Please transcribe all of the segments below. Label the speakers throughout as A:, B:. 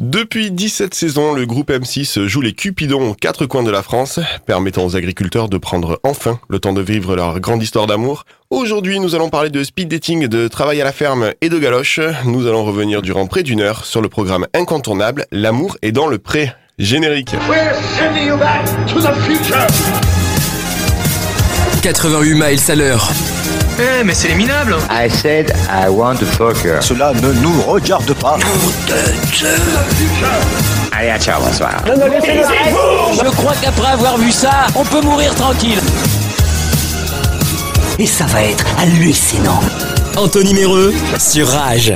A: Depuis 17 saisons, le groupe M6 joue les Cupidons aux 4 coins de la France, permettant aux agriculteurs de prendre enfin le temps de vivre leur grande histoire d'amour. Aujourd'hui, nous allons parler de speed dating, de travail à la ferme et de galoche. Nous allons revenir durant près d'une heure sur le programme incontournable L'amour est dans le pré. Générique.
B: We're sending you back to the future.
C: 88 miles à l'heure.
D: Eh, mais c'est les minables.
E: I said I want to fuck her.
F: Cela ne nous regarde pas.
E: Allez, ciao, bonsoir.
G: Je crois qu'après avoir vu ça, on peut mourir tranquille.
H: Et ça va être hallucinant.
C: Anthony Méreux sur Rage.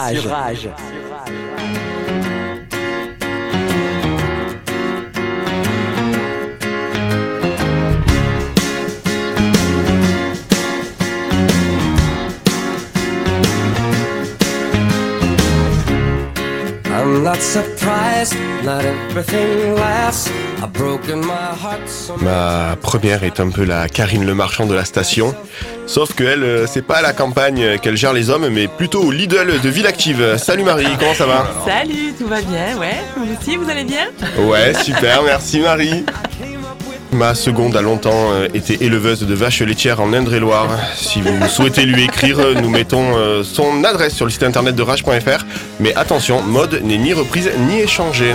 A: Ma première est un peu la Karine Le Marchand de la station. Sauf qu'elle, c'est pas à la campagne qu'elle gère les hommes, mais plutôt au Lidl de Ville Active. Salut Marie, comment ça va ?
I: Salut, tout va bien, ouais. Vous aussi, vous allez bien ?
A: Ouais, super, merci Marie. Ma seconde a longtemps été éleveuse de vaches laitières en Indre-et-Loire. Si vous souhaitez lui écrire, nous mettons son adresse sur le site internet de rage.fr. Mais attention, mode n'est ni reprise ni échangée.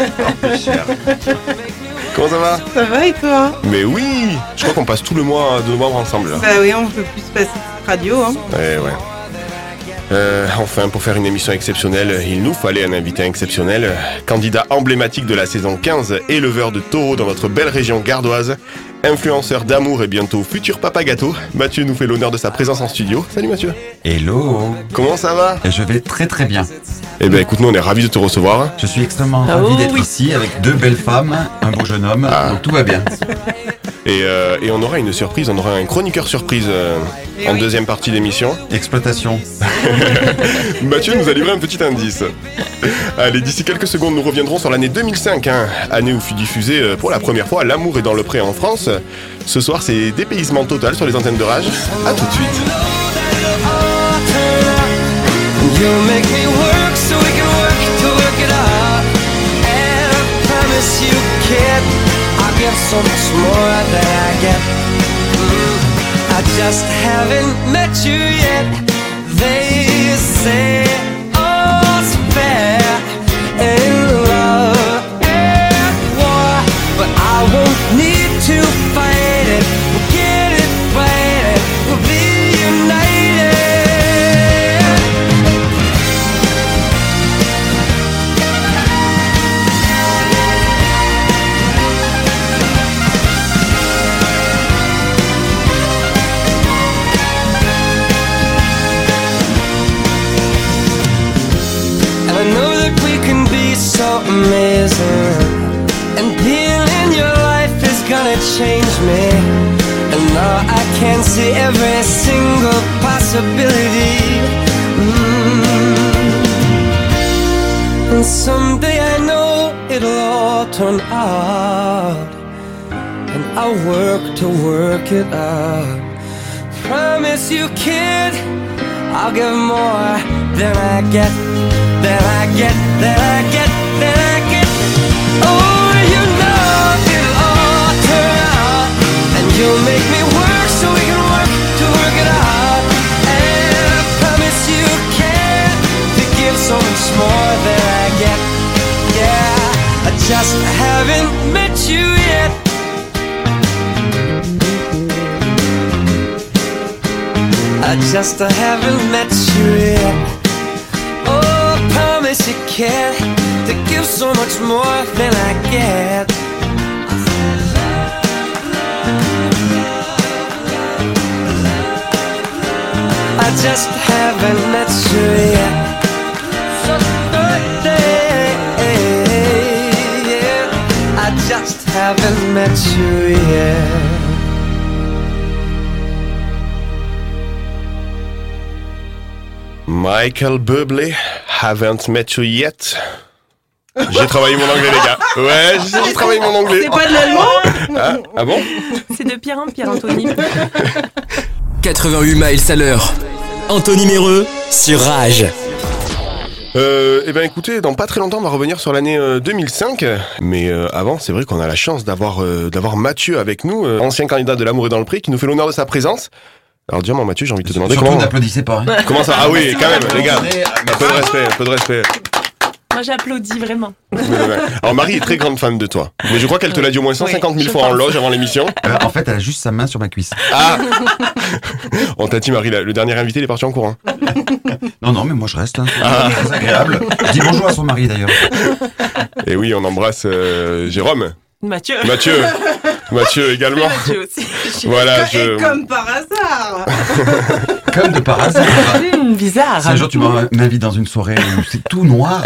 A: Comment ça va ?
I: Ça va et toi ?
A: Mais oui, je crois qu'on passe tout le mois de novembre ensemble. Là.
I: Bah oui, on peut plus se passer de radio. Hein.
A: Ouais. Enfin, pour faire une émission exceptionnelle, il nous fallait un invité exceptionnel. Candidat emblématique de la saison 15, éleveur de taureaux dans votre belle région gardoise, influenceur d'amour et bientôt futur papa gâteau, Mathieu nous fait l'honneur de sa présence en studio. Salut Mathieu.
J: Hello.
A: Comment ça va ?
J: Je vais très très bien.
A: Eh ben écoute, nous on est ravis de te recevoir.
J: Je suis extrêmement ravi d'être ici avec 2 belles femmes, un beau jeune homme, donc tout va bien.
A: Et on aura une surprise, on aura un chroniqueur surprise en deuxième partie d'émission.
J: Exploitation.
A: Mathieu nous a livré un petit indice. Allez, d'ici quelques secondes, nous reviendrons sur l'année 2005, année où fut diffusé pour la première fois L'amour est dans le pré en France. Ce soir, c'est dépaysement total sur les antennes de Rage. À tout de suite.
K: Get so much more than I get. I just haven't met you yet. They say all's fair in love and war, but I won't need to fight it. We'll get it fighting. We'll be united. So amazing, and being in your life is gonna change me. And now I can see every single possibility. And someday I know it'll all turn out, and I'll work to work it out. Promise you, kid, I'll give more than I get, than I get, than I get, than I get. Oh, you know it'll all turn out, and you'll make me work so we can work to work it out. And I promise you can to give so much more than I get. Yeah, I just haven't met you yet. I just haven't met you yet. Oh, I promise you can to give so much more than I get. I just haven't met you yet. Yeah, I just haven't met you yet.
A: Michael Bublé, Haven't Met You Yet. J'ai travaillé mon anglais, les gars. Ouais, j'ai travaillé mon anglais.
I: C'est pas de l'allemand ?
A: Ah bon ?
I: C'est de pire en pire, Anthony.
C: 88 miles à l'heure. Anthony Méreux sur Rage.
A: Eh ben écoutez, dans pas très longtemps, on va revenir sur l'année 2005. Mais avant, c'est vrai qu'on a la chance d'avoir Mathieu avec nous, ancien candidat de l'Amour est dans le pré, qui nous fait l'honneur de sa présence. Alors déjà, mon Mathieu, j'ai envie de te demander
J: Surtout
A: comment...
J: n'applaudissez pas. Hein.
A: Comment ça? Ah oui, quand même, les gars. Un peu de respect.
I: Moi, j'applaudis vraiment.
A: Alors Marie est très grande fan de toi. Mais je crois qu'elle te l'a dit au moins 150 000 fois en loge avant l'émission.
J: En fait, elle a juste sa main sur ma cuisse.
A: Ah. On t'a dit Marie, le dernier invité, il est parti en courant.
J: Non, mais moi je reste. Hein. C'est très agréable. Je dis bonjour à son mari d'ailleurs.
A: Et oui, on embrasse Jérôme.
I: Mathieu
A: également.
I: Mathieu aussi.
A: Voilà,
I: Et comme par hasard.
J: Comme de par hasard.
I: Bizarre.
J: Si un jour tu m'invites dans une soirée où c'est tout noir.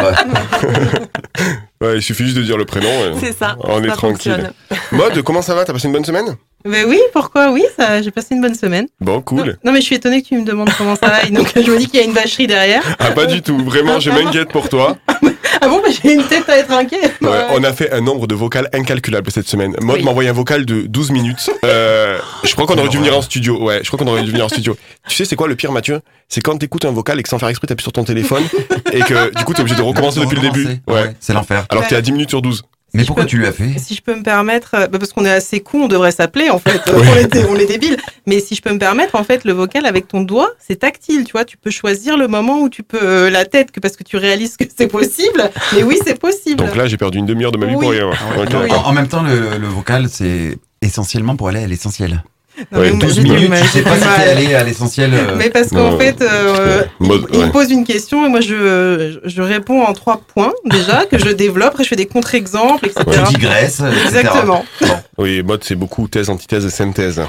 A: Ouais, il suffit juste de dire le prénom.
I: C'est ça.
A: On est tranquille. Maud, comment ça va? T'as passé une bonne semaine?
I: Mais oui, pourquoi? Oui, j'ai passé une bonne semaine.
A: Bon, cool.
I: Non, mais je suis étonnée que tu me demandes comment ça va. Donc, je me dis qu'il y a une vacherie derrière.
A: Ah, pas du tout. Vraiment, je m'inquiète pour toi.
I: Ah bon, bah, j'ai une tête à être inquiet.
A: Ouais, on a fait un nombre de vocales incalculable cette semaine. Maud m'a envoyé un vocal de 12 minutes. Je crois qu'on aurait dû venir en studio. Ouais, je crois qu'on aurait dû venir en studio. Tu sais, c'est quoi le pire, Mathieu? C'est quand t'écoutes un vocal et que sans faire exprès, t'appuies sur ton téléphone et que du coup, t'es obligé de recommencer depuis le début.
J: Ouais, c'est l'enfer.
A: Alors que t'es à 10 minutes sur 12.
J: Mais pourquoi tu l'as fait?
I: Si je peux me permettre, parce qu'on est assez cons, on devrait s'appeler en fait, on est débiles. Mais si je peux me permettre, en fait, le vocal avec ton doigt, c'est tactile, tu vois, tu peux choisir le moment où tu peux la tête, parce que tu réalises que c'est possible. Mais oui, c'est possible.
A: Donc là, j'ai perdu une demi-heure de ma vie pour rien.
J: Okay. Oui. En même temps, le vocal, c'est essentiellement pour aller à l'essentiel.
I: Non, ouais,
J: 12 minutes, je sais pas si t'es allé à l'essentiel.
I: Mais parce qu'en fait, il me pose une question et moi je réponds en 3 points déjà, que je développe, après je fais des contre-exemples, etc.
J: Tu digresses,
I: exactement.
J: Bon.
A: Oui, mode c'est beaucoup thèse, antithèse et synthèse.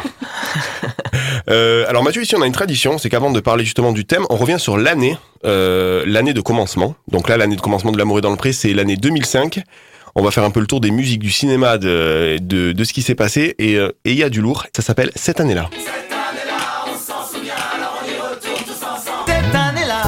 A: Alors Mathieu, ici on a une tradition, c'est qu'avant de parler justement du thème, on revient sur l'année de commencement. Donc là, l'année de commencement de l'Amour est dans le pré, c'est l'année 2005. On va faire un peu le tour des musiques, du cinéma, de ce qui s'est passé. Et il y a du lourd. Ça s'appelle Cette année-là.
K: Cette année-là, on s'en souvient, alors on y retourne tous ensemble. Cette année-là.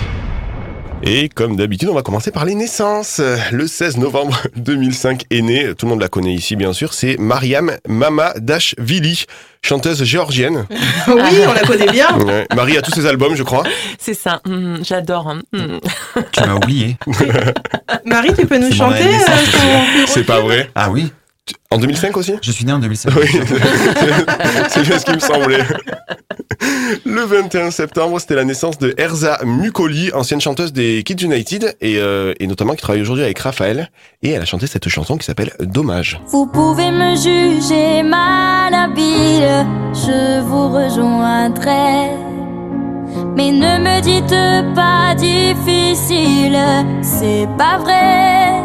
A: Et comme d'habitude, on va commencer par les naissances. Le 16 novembre 2005 est née, tout le monde la connaît ici bien sûr, c'est Mariam Mamadashvili, chanteuse géorgienne.
I: Oui, on la connaît bien.
A: Ouais. Marie a tous ses albums, je crois.
I: C'est ça, j'adore.
J: Tu m'as oublié.
I: Marie, tu peux nous chanter
A: C'est pas vrai.
J: Ah oui.
A: En 2005 aussi?
J: Je suis né en 2005.
A: Oui, c'est bien ce qui me semblait. Le 21 septembre, c'était la naissance de Erza Mukoli, ancienne chanteuse des Kids United, et notamment qui travaille aujourd'hui avec Raphaël, et elle a chanté cette chanson qui s'appelle Dommage.
L: Vous pouvez me juger malhabile, je vous rejoindrai, mais ne me dites pas difficile, c'est pas vrai.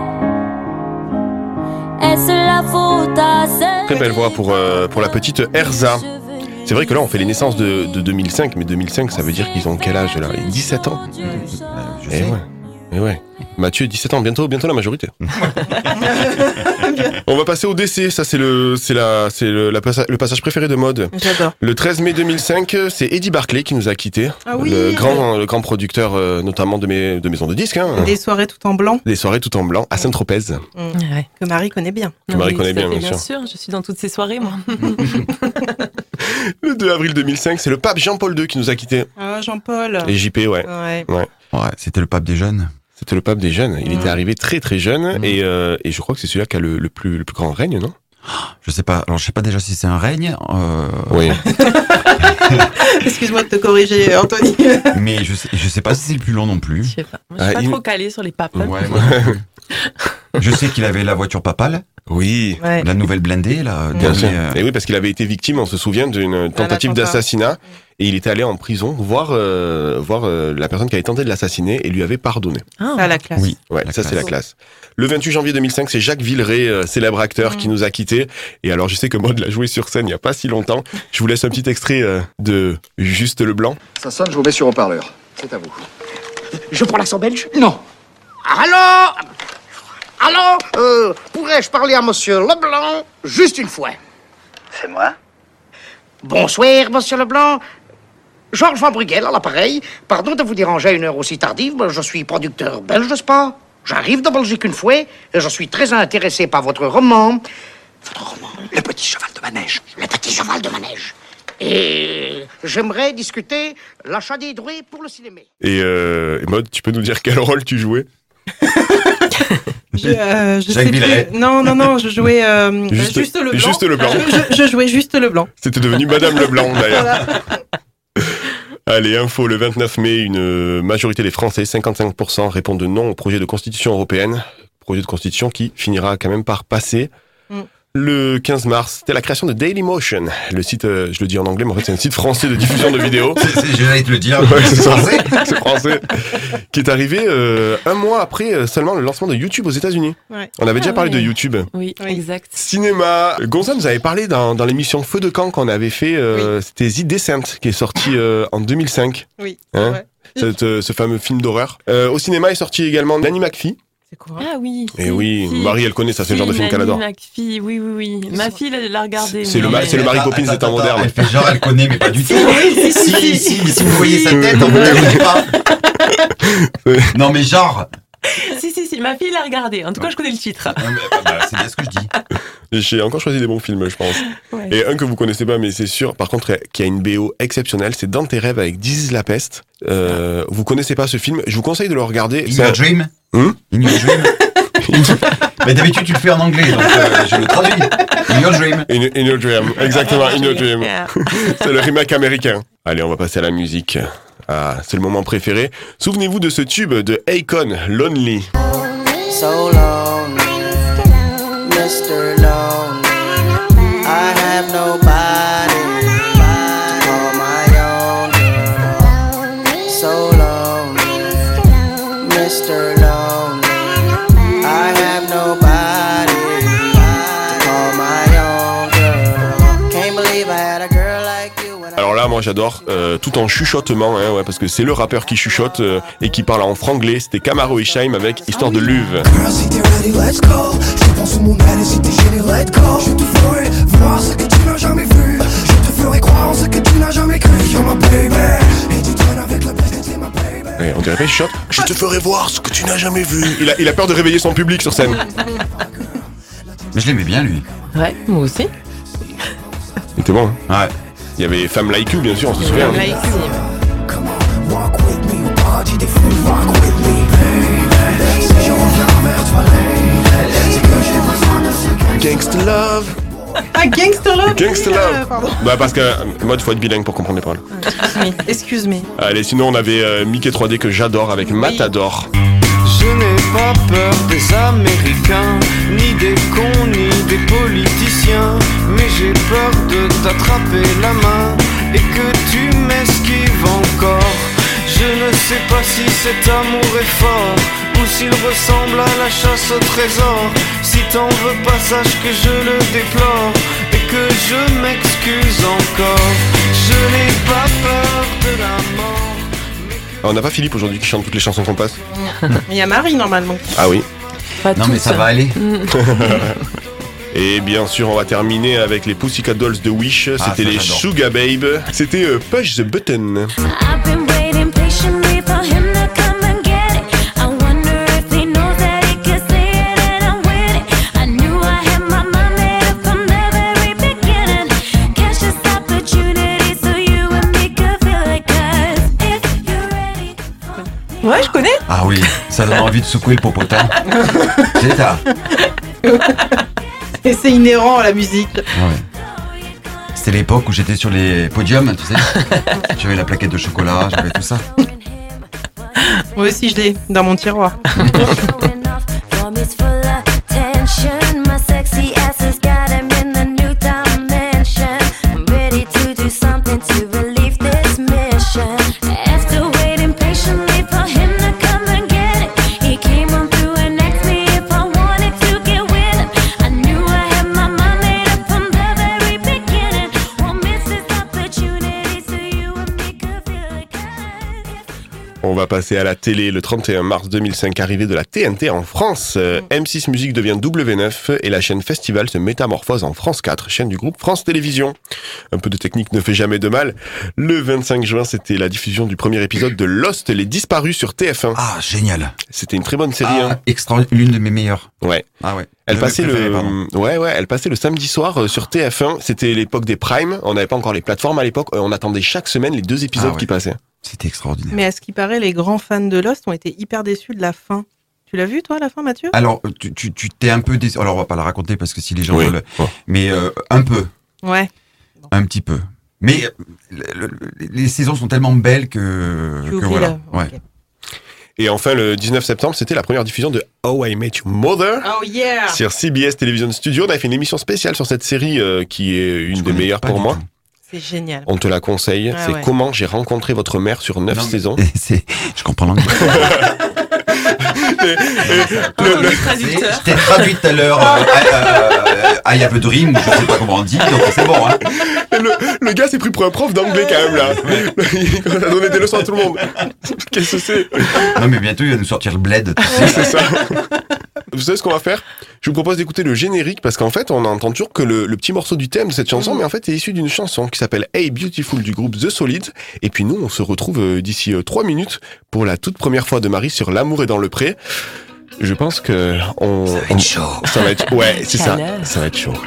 L: Est-ce la faute à celle...
A: Très belle voix pour la petite Erza. C'est vrai que là on fait les naissances de 2005, mais 2005 ça veut dire qu'ils ont quel âge là? 17 ans. Et ouais. Mathieu, 17 ans, bientôt la majorité. On va passer au décès, ça c'est le passage préféré de Maud.
I: J'adore.
A: Le 13 mai 2005, c'est Eddie Barclay qui nous a quittés.
I: Ah oui,
A: le grand producteur notamment de maisons de disques. Hein.
I: Des soirées tout en blanc.
A: Des soirées tout en blanc à Saint-Tropez.
I: Ouais. Que Marie connaît bien.
A: Marie connaît bien
I: sûr. Bien sûr, je suis dans toutes ces soirées moi.
A: Le 2 avril 2005, c'est le pape Jean-Paul II qui nous a quittés.
I: Ah, Jean-Paul.
A: Et JP, ouais.
J: C'était le pape des jeunes.
A: C'était le pape des jeunes. Il était arrivé très très jeune et je crois que c'est celui-là qui a le plus grand règne, non?
J: Je sais pas. Alors je sais pas déjà si c'est un règne.
A: Oui.
I: Excuse-moi de te corriger, Anthony.
J: Mais je sais pas si c'est le plus long non plus.
I: Je sais pas. Moi, je suis pas trop calée sur les papes.
J: Ouais. Je sais qu'il avait la voiture papale.
A: Oui.
J: Ouais. La nouvelle blindée, là.
A: Bien sûr. Et oui, parce qu'il avait été victime, on se souvient, d'une tentative d'assassinat. Et il était allé en prison voir la personne qui avait tenté de l'assassiner et lui avait pardonné.
I: Ah, la classe.
A: Oui, ouais, ça c'est la classe. Le 28 janvier 2005, c'est Jacques Villeray, célèbre acteur, qui nous a quittés. Et alors, je sais que Maud l'a joué sur scène il n'y a pas si longtemps. Je vous laisse un petit extrait de Juste Leblanc.
F: Ça sonne, je vous mets sur haut-parleur. C'est à vous.
B: Je prends l'accent belge? Non. Allô, pourrais-je parler à monsieur Leblanc juste une fois?
E: C'est moi?
B: Bonsoir, monsieur Leblanc. Georges Van Bruegel à l'appareil. Pardon de vous déranger à une heure aussi tardive, mais je suis producteur belge, n'est-ce pas? J'arrive de Belgique une fois et je suis très intéressé par votre roman. Votre roman? Le petit cheval de manège. Le petit cheval de manège. Et j'aimerais discuter l'achat des droits pour le cinéma.
A: Et Maud, tu peux nous dire quel rôle tu jouais?
J: Jacques Villeret.
I: Non, je jouais
A: Juste
I: le blanc.
A: Juste le blanc.
I: Je jouais juste le blanc.
A: C'était devenu Madame Leblanc d'ailleurs.
I: Voilà.
A: Allez, info, le 29 mai, une majorité des Français, 55%, répondent non au projet de constitution européenne. Projet de constitution qui finira quand même par passer. Le 15 mars, c'était la création de Dailymotion. Le site, je le dis en anglais, mais en fait c'est un site français de diffusion de vidéos.
J: J'allais te le dire,
A: Ouais,
J: c'est français.
A: C'est français. Qui est arrivé un mois après seulement le lancement de YouTube aux États-Unis.
I: Ouais.
A: On avait déjà parlé de YouTube.
M: Oui, exact.
A: Cinéma. Gonza nous avait parlé dans l'émission Feu de camp qu'on avait fait. C'était The Descent qui est sorti en 2005.
I: Oui.
A: Hein,
I: Ouais.
A: ce fameux film d'horreur. Au cinéma est sorti également Nanny McPhee.
I: C'est quoi?
M: Ah oui.
A: Et oui, Marie elle connaît ça, c'est le genre de film qu'elle adore.
M: McPhee, oui. Ma fille elle l'a regardé.
A: C'est le Mary Poppins des temps modernes.
J: Elle fait genre elle connaît mais pas du tout.
M: Si,
J: mais si vous voyez sa tête, on ne la connaît pas. Non mais genre.
M: Si, ma fille l'a regardé. En tout cas, je connais le titre.
J: C'est bien ce que je dis.
A: J'ai encore choisi des bons films, je pense.
M: Ouais.
A: Et un que vous connaissez pas, mais c'est sûr, par contre, qui a une BO exceptionnelle, c'est Dans tes rêves avec This is la peste. Vous connaissez pas ce film, je vous conseille de le regarder.
J: In Your Dream. In Your Dream. Mais d'habitude, tu le fais en anglais, donc je le traduis. In Your Dream.
A: In Your Dream, exactement, In Your Dream.
M: Yeah.
A: C'est le remake américain. Allez, on va passer à la musique. Ah, c'est le moment préféré. Souvenez-vous de ce tube de Akon, Lonely.
K: So lonely, Mr. Lonely. I have nobody to call my own girl. So lonely, Mr. Lonely. I have nobody to call my own girl. Can't believe I had a girl like you.
A: Alors là, moi j'adore, tout en chuchotement, hein, ouais, parce que c'est le rappeur qui chuchote et qui parle en franglais. C'était Camaro et Shaim avec Histoire de Luve. Ouais, on dirait pas il chuchote. Je te ferai voir ce que tu n'as jamais vu. Il a peur de réveiller son public sur scène.
J: Mais je l'aimais bien lui.
M: Ouais, moi aussi.
A: Il était bon.
J: Hein.
A: Ouais. Il y avait Femme Like You, bien sûr, on se souvient.
M: Like
A: Gangsta Love.
I: Ah, Gangsta Love.
A: Gangsta Love.
I: Pardon.
A: Bah parce que moi il faut être bilingue pour comprendre les paroles.
I: Excuse me.
A: Allez, sinon on avait Mickey 3D que j'adore avec Matador.
K: Je n'ai pas peur des Américains, ni des cons, ni des politiciens. Mais j'ai peur de t'attraper la main et que tu m'esquives encore. Je ne sais pas si cet amour est fort ou s'il ressemble à la chasse au trésor. Si t'en veux pas, sache que je le déplore et que je m'excuse encore. Je n'ai pas peur de la mort.
A: Alors, on n'a pas Philippe aujourd'hui qui chante toutes les chansons qu'on passe.
I: Il y a Marie normalement.
A: Ah oui.
M: Pas
J: non mais ça va aller.
A: Et bien sûr, on va terminer avec les Pussycat Dolls de Wish. C'était les
J: j'adore.
A: Suga Babe. C'était Push the Button.
L: I've been waiting patiently for him to come and get it. I wonder if he knows that he can say it and I'm with it. I knew I had my mind made up from the very beginning. Catch this opportunity so you and me could feel it. 'Cause if you're ready.
M: Ouais, je connais.
J: Ah oui, ça donne envie de secouer le popotin. C'est ça.
I: Et c'est inhérent à la musique.
J: Ouais. C'était l'époque où j'étais sur les podiums, tu sais. J'avais la plaquette de chocolat, j'avais tout ça.
I: Moi aussi je l'ai dans mon tiroir.
L: From his full attention, my sexy ass has got him in the new dimension. I'm ready to do something to relieve this mission. After waiting patiently for him to come and get it, he came on through and asked me if I wanted to get with him. I knew I had my mind made up from the very beginning. Won't miss this opportunity so you and me could feel it.
A: On va passer passé à la télé le 31 mars 2005, arrivée de la TNT en France. M6 Musique devient W9 et la chaîne Festival se métamorphose en France 4, chaîne du groupe France Télévisions. Un peu de technique ne fait jamais de mal. Le 25 juin, c'était la diffusion du premier épisode de Lost, les disparus sur TF1.
J: Ah, génial.
A: C'était une très bonne série.
J: L'une de mes meilleures.
A: Ouais.
J: Ah ouais.
A: Elle passait elle passait le samedi soir sur TF1. C'était l'époque des primes. On n'avait pas encore les plateformes à l'époque. On attendait chaque semaine les 2 épisodes qui passaient.
J: C'était extraordinaire.
I: Mais à ce qui paraît, les grands fans de Lost ont été hyper déçus de la fin. Tu l'as vu, toi, la fin, Mathieu?
J: Alors, tu t'es un peu déçu. Alors, on va pas la raconter parce que si les gens veulent. Mais un peu.
I: Ouais.
J: Un petit peu. Mais les saisons sont tellement belles que voilà. Ouais.
I: Okay.
A: Et enfin, le 19 septembre, c'était la première diffusion de How I Met Your Mother sur CBS Television Studio. On a fait une émission spéciale sur cette série qui est une des meilleures pour moi.
I: C'est génial.
A: On te la conseille. C'est Comment j'ai rencontré votre mère sur 9 saisons.
J: Je comprends l'anglais. Je t'ai traduit tout à l'heure I have a dream, je sais pas comment on dit, donc c'est bon. Hein.
A: Le gars s'est pris pour un prof d'anglais quand même là. Il a donné des leçons à tout le monde. Qu'est-ce que c'est?
J: Non mais bientôt il va nous sortir le bled.
A: C'est ça. Vous savez ce qu'on va faire? Je vous propose d'écouter le générique parce qu'en fait on entend toujours que le petit morceau du thème de cette chanson, mais en fait c'est issu d'une chanson qui s'appelle Hey Beautiful du groupe The Solids. Et puis nous on se retrouve d'ici 3 minutes pour la toute première fois de Marie sur L'amour est dans le pré. Je pense que
H: ça va être chaud.
A: Ça va être, ouais, c'est ça. Ça va être chaud.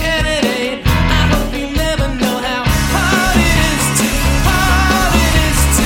K: Hard it is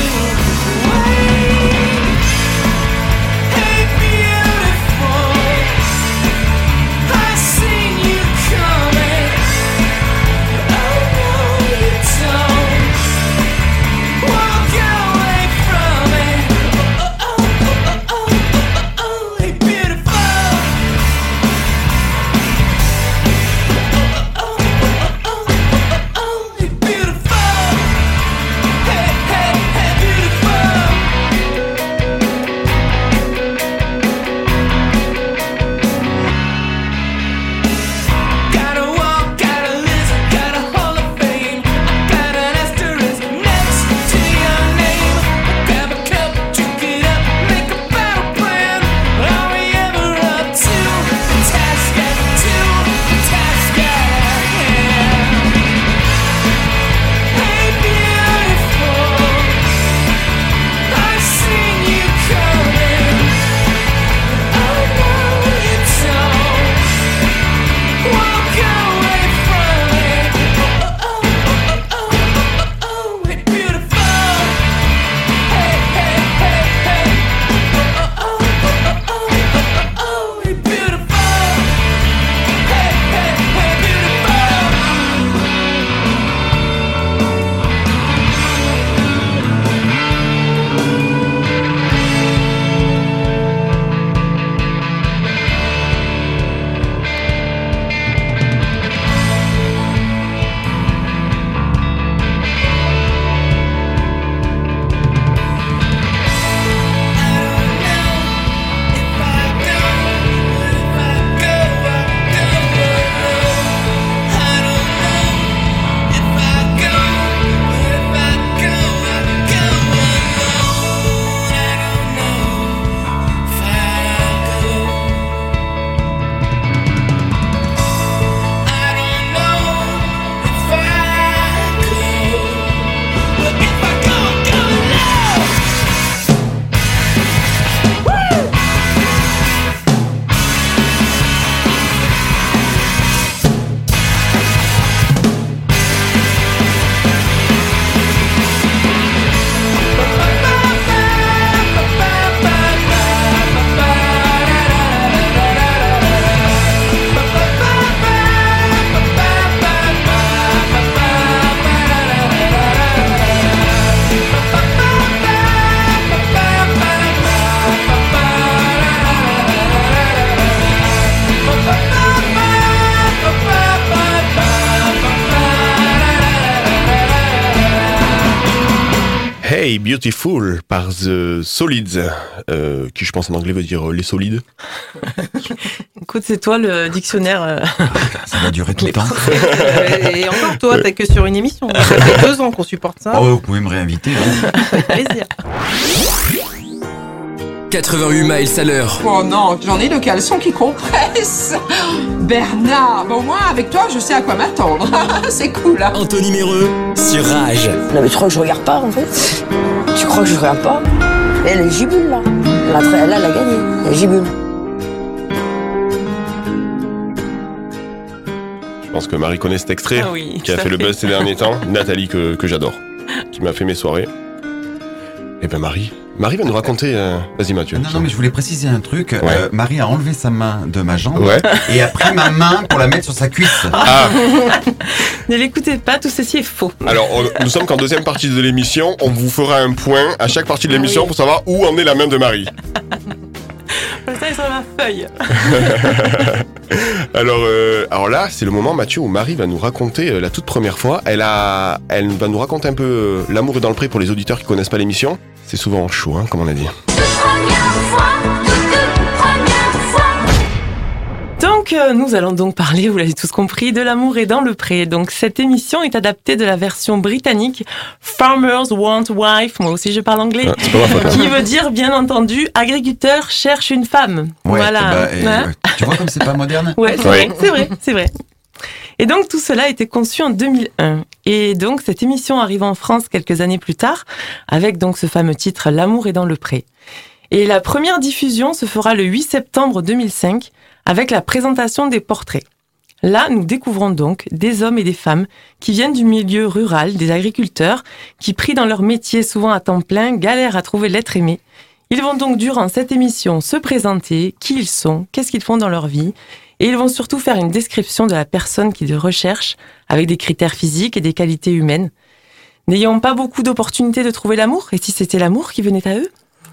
A: Hey, Beautiful par The Solids, qui je pense en anglais veut dire les solides.
M: Écoute, c'est toi le dictionnaire.
J: Ça va durer tout le temps.
I: Et encore, toi, t'es que sur une émission. Ça fait 2 ans qu'on supporte ça.
J: Oh, vous pouvez me réinviter. Hein.
I: Avec plaisir.
C: 88 miles à l'heure.
N: Oh non, j'en ai le caleçon qui compresse. Bernard, bon moi avec toi je sais à quoi m'attendre. C'est cool là.
C: Anthony Méreux sur Rage.
H: Non mais tu crois que je regarde pas en fait? Tu crois que je regarde pas? Elle est gibule là. Elle a gagné. Elle est gibule.
A: Je pense que Marie connaît cet extrait
M: Ah oui,
A: qui a
M: tout à
A: fait le
M: fait.
A: buzz ces derniers temps. Nathalie que j'adore, qui m'a fait mes soirées. Et ben Marie va nous raconter... Vas-y Mathieu.
J: Non, mais je voulais préciser un truc.
A: Ouais.
J: Marie a enlevé sa main de ma jambe
A: Ouais.
J: et a pris ma main pour la mettre sur sa cuisse.
A: Ah,
M: Ne l'écoutez pas, tout ceci est faux.
A: alors nous sommes qu'en deuxième partie de l'émission. On vous fera un point à chaque partie de l'émission pour savoir où en est la main de Marie.
M: Ça, il est sur ma feuille.
A: Alors là, c'est le moment, Mathieu, où Marie va nous raconter la toute première fois. Elle va nous raconter un peu L'amour est dans le pré pour les auditeurs qui connaissent pas l'émission. C'est souvent chaud, hein, comme on a dit.
M: Donc, nous allons donc parler, vous l'avez tous compris, de L'amour est dans le pré. Donc, cette émission est adaptée de la version britannique Farmers Want Wife. Moi aussi, je parle anglais.
A: C'est pas ma faute, hein.
M: Qui veut dire, bien entendu, agriculteur cherche une femme.
J: Ouais,
M: Voilà. Hein?
J: tu vois comme c'est pas moderne.
M: Ouais, c'est vrai. Et donc, tout cela a été conçu en 2001. Et donc, cette émission arrive en France quelques années plus tard, avec donc ce fameux titre L'amour est dans le pré. Et la première diffusion se fera le 8 septembre 2005, avec la présentation des portraits. Là, nous découvrons donc des hommes et des femmes qui viennent du milieu rural, des agriculteurs, qui, pris dans leur métier souvent à temps plein, galèrent à trouver l'être aimé. Ils vont donc, durant cette émission, se présenter, qui ils sont, qu'est-ce qu'ils font dans leur vie, et ils vont surtout faire une description de la personne qu'ils recherchent, avec des critères physiques et des qualités humaines. N'ayant pas beaucoup d'opportunités de trouver l'amour, et si c'était l'amour qui venait à eux?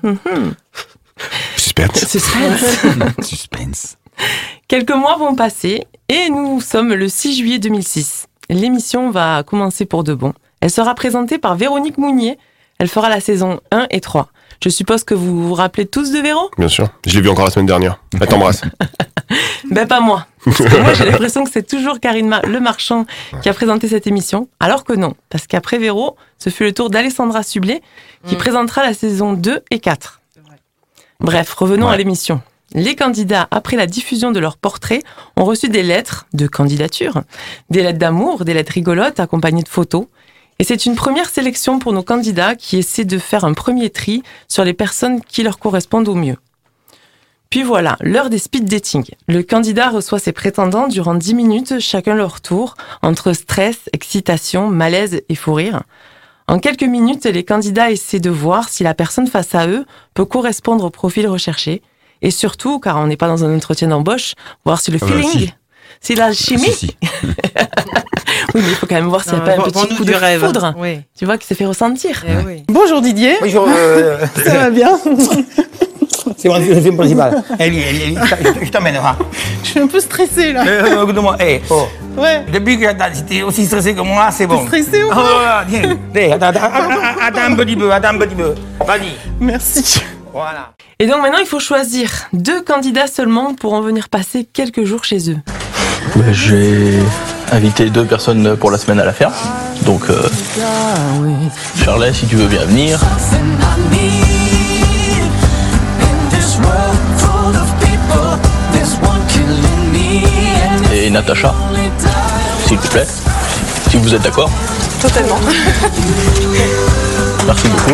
J: Suspense.
M: Quelques mois vont passer et nous sommes le 6 juillet 2006. L'émission va commencer pour de bon. Elle sera présentée par Véronique Mounier. Elle fera la saison 1 et 3. Je suppose que vous vous rappelez tous de Véro?
A: Bien sûr. Je l'ai vu encore la semaine dernière. Elle t'embrasse.
M: Ben pas moi. Parce que moi j'ai l'impression que c'est toujours Karine Lemarchand qui a présenté cette émission. Alors que non. Parce qu'après Véro, ce fut le tour d'Alessandra Sublet qui présentera la saison 2 et 4. Bref, revenons à l'émission. Les candidats, après la diffusion de leurs portraits, ont reçu des lettres de candidature, des lettres d'amour, des lettres rigolotes accompagnées de photos. Et c'est une première sélection pour nos candidats qui essaient de faire un premier tri sur les personnes qui leur correspondent au mieux. Puis voilà, l'heure des speed dating. Le candidat reçoit ses prétendants durant 10 minutes, chacun leur tour, entre stress, excitation, malaise et fou rire. En quelques minutes, les candidats essaient de voir si la personne face à eux peut correspondre au profil recherché. Et surtout, car on n'est pas dans un entretien d'embauche, voir si le feeling, si la chimie...
J: Si.
M: Oui, mais il faut quand même voir s'il n'y a pas un petit coup de
I: rêve.
M: foudre,
I: Oui.
M: tu vois, qui se fait ressentir.
I: Oui.
O: Bonjour Didier.
H: Bonjour.
O: Ça va bien?
H: C'est mon film principal. Je t'emmènerai.
O: Je suis un peu stressée là.
H: Écoute-moi,
O: Ouais.
H: depuis que t'es aussi stressé que moi, c'est bon.
O: T'es stressé ou pas?
H: Tiens, attends un petit peu, Vas-y.
O: Merci.
H: Voilà.
M: Et donc maintenant, il faut choisir 2 candidats seulement pour en venir passer quelques jours chez eux.
P: J'ai invité 2 personnes pour la semaine à la ferme. Donc, Charlet, si tu veux bien venir. Et Natacha, s'il te plaît, si vous êtes d'accord.
M: Totalement.
P: Merci beaucoup.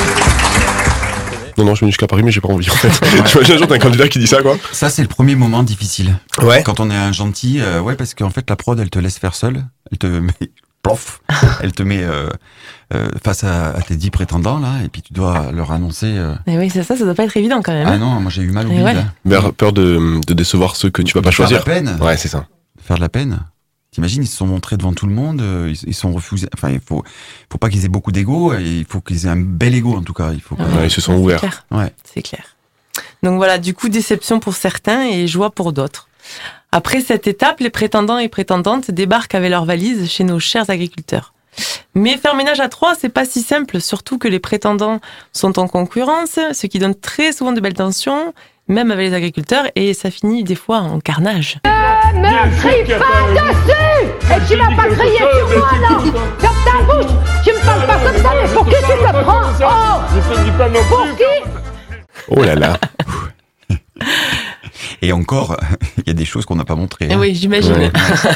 A: Non, je me dis jusqu'à Paris, mais j'ai pas envie, en fait. J'imagine un jour, t'as un candidat qui dit ça, quoi.
J: Ça, c'est le premier moment difficile.
A: Ouais.
J: Quand on est un gentil, parce qu'en fait, la prod, elle te laisse faire seule. Elle te met, plof, elle te met face à tes 10 prétendants, là, et puis tu dois leur annoncer.
M: Et oui, c'est ça doit pas être évident quand même.
J: Ah non, moi j'ai eu mal au
M: Et
J: bide.
M: ouais.
J: Là.
A: Peur de décevoir ceux que tu vas pas
J: Faire
A: choisir.
J: de la peine.
A: Ouais, c'est ça.
J: Faire de la peine. T'imagines, ils se sont montrés devant tout le monde, ils sont refusés. Enfin, il faut pas qu'ils aient beaucoup d'ego, et il faut qu'ils aient un bel ego en tout cas. Il faut.
A: Ouais, ils se sont ouverts.
M: Clair.
J: Ouais.
M: C'est clair. Donc voilà, du coup, déception pour certains et joie pour d'autres. Après cette étape, les prétendants et prétendantes débarquent avec leurs valises chez nos chers agriculteurs. Mais faire ménage à 3, c'est pas si simple, surtout que les prétendants sont en concurrence, ce qui donne très souvent de belles tensions, même avec les agriculteurs, et ça finit des fois en carnage.
L: Me crie pas dessus! Et tu vas pas crier sur moi, là! Ferme ta bouche! Tu me parles pas comme ça, mais pour qui tu te prends? Oh! Je te dis pas non plus! Pour qui?
A: Oh là là.
J: Et encore, il y a des choses qu'on n'a pas montrées.
M: Oui, j'imagine.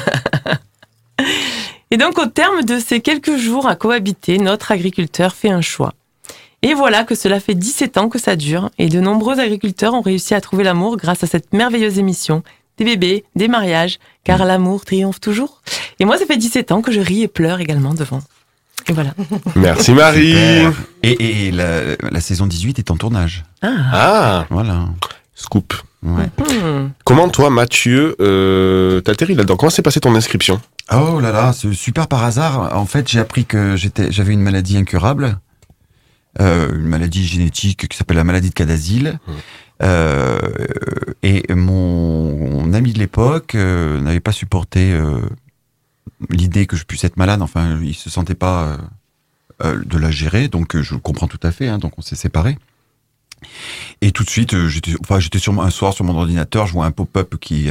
M: Et donc, au terme de ces quelques jours à cohabiter, notre agriculteur fait un choix. Et voilà que cela fait 17 ans que ça dure, et de nombreux agriculteurs ont réussi à trouver l'amour grâce à cette merveilleuse émission. Des bébés, des mariages, car l'amour triomphe toujours. Et moi, ça fait 17 ans que je ris et pleure également devant. Et voilà.
A: Merci Marie.
J: Super. Et la saison 18 est en tournage.
A: Ah.
J: Voilà.
A: Scoop.
J: Ouais.
A: Comment toi, Mathieu, t'atterris là-dedans? Comment s'est passée ton inscription?
J: Oh là là, c'est super par hasard. En fait, j'ai appris que j'avais une maladie incurable, une maladie génétique qui s'appelle la maladie de Cadazil. Et mon ami de l'époque n'avait pas supporté l'idée que je puisse être malade. Enfin, il se sentait pas de la gérer, donc je le comprends tout à fait. Hein, donc on s'est séparés. Et tout de suite, j'étais un soir sur mon ordinateur, je vois un pop-up qui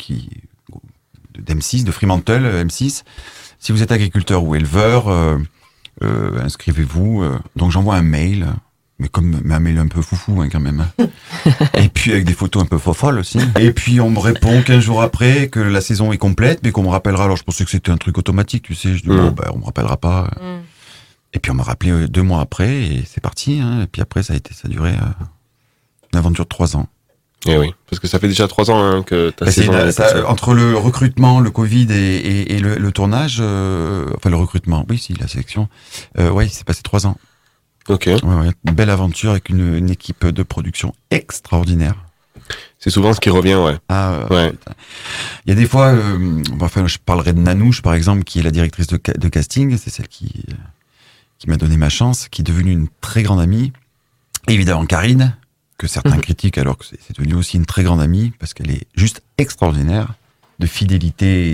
J: d'M6, de Fremantle M6. Si vous êtes agriculteur ou éleveur, inscrivez-vous. Donc j'envoie un mail, mais un mail un peu foufou hein, quand même. Et puis avec des photos un peu folles aussi. Et puis on me répond 15 jours après que la saison est complète, mais qu'on me rappellera. Alors je pensais que c'était un truc automatique, tu sais. Je dis bon, on me rappellera pas. Et puis on m'a rappelé 2 mois après et c'est parti. Hein. Et puis après ça a duré une aventure de 3 ans.
A: Eh oui, parce que ça fait déjà 3 ans hein, que ta saison...
J: entre le recrutement, le Covid et le tournage, enfin le recrutement, oui, si, la sélection, il s'est passé 3 ans.
A: Ok.
J: Ouais, une belle aventure avec une équipe de production extraordinaire.
A: C'est souvent ce qui revient, ouais.
J: Ouais. Il y a des fois, je parlerai de Nanouche, par exemple, qui est la directrice de casting, c'est celle qui m'a donné ma chance, qui est devenue une très grande amie. Évidemment, Karine, que certains critiquent, alors que c'est devenu aussi une très grande amie, parce qu'elle est juste extraordinaire, de fidélité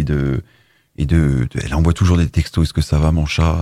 J: elle envoie toujours des textos, est-ce que ça va mon chat?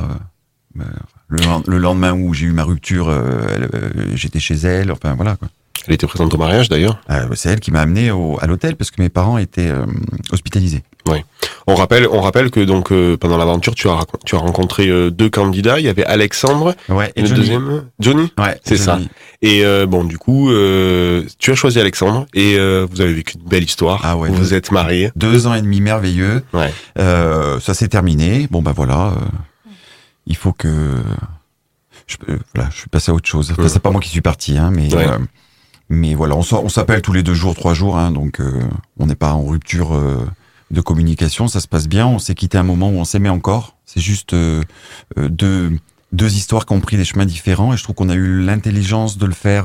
J: Le lendemain où j'ai eu ma rupture, j'étais chez elle, enfin voilà quoi.
A: Elle était présente au mariage d'ailleurs.
J: C'est elle qui m'a amené à l'hôtel parce que mes parents étaient hospitalisés.
A: Oui. On rappelle que donc pendant l'aventure tu as rencontré 2 candidats. Il y avait Alexandre.
J: Ouais. Et
A: le
J: Johnny.
A: deuxième. Johnny.
J: Ouais.
A: C'est ça. Et du coup tu as choisi Alexandre et vous avez vécu une belle histoire.
J: Ah ouais.
A: Vous êtes mariés.
J: 2 ans et demi merveilleux.
A: Ouais.
J: Ça s'est terminé. Bon voilà. Il faut que je suis passé à autre chose. Enfin, c'est pas moi qui suis parti, hein, mais.
A: Ouais.
J: Mais voilà, on s'appelle tous les 2 jours, 3 jours, hein, donc on n'est pas en rupture de communication, ça se passe bien. On s'est quitté un moment où on s'aimait encore. C'est juste 2 histoires qui ont pris des chemins différents, et je trouve qu'on a eu l'intelligence de le faire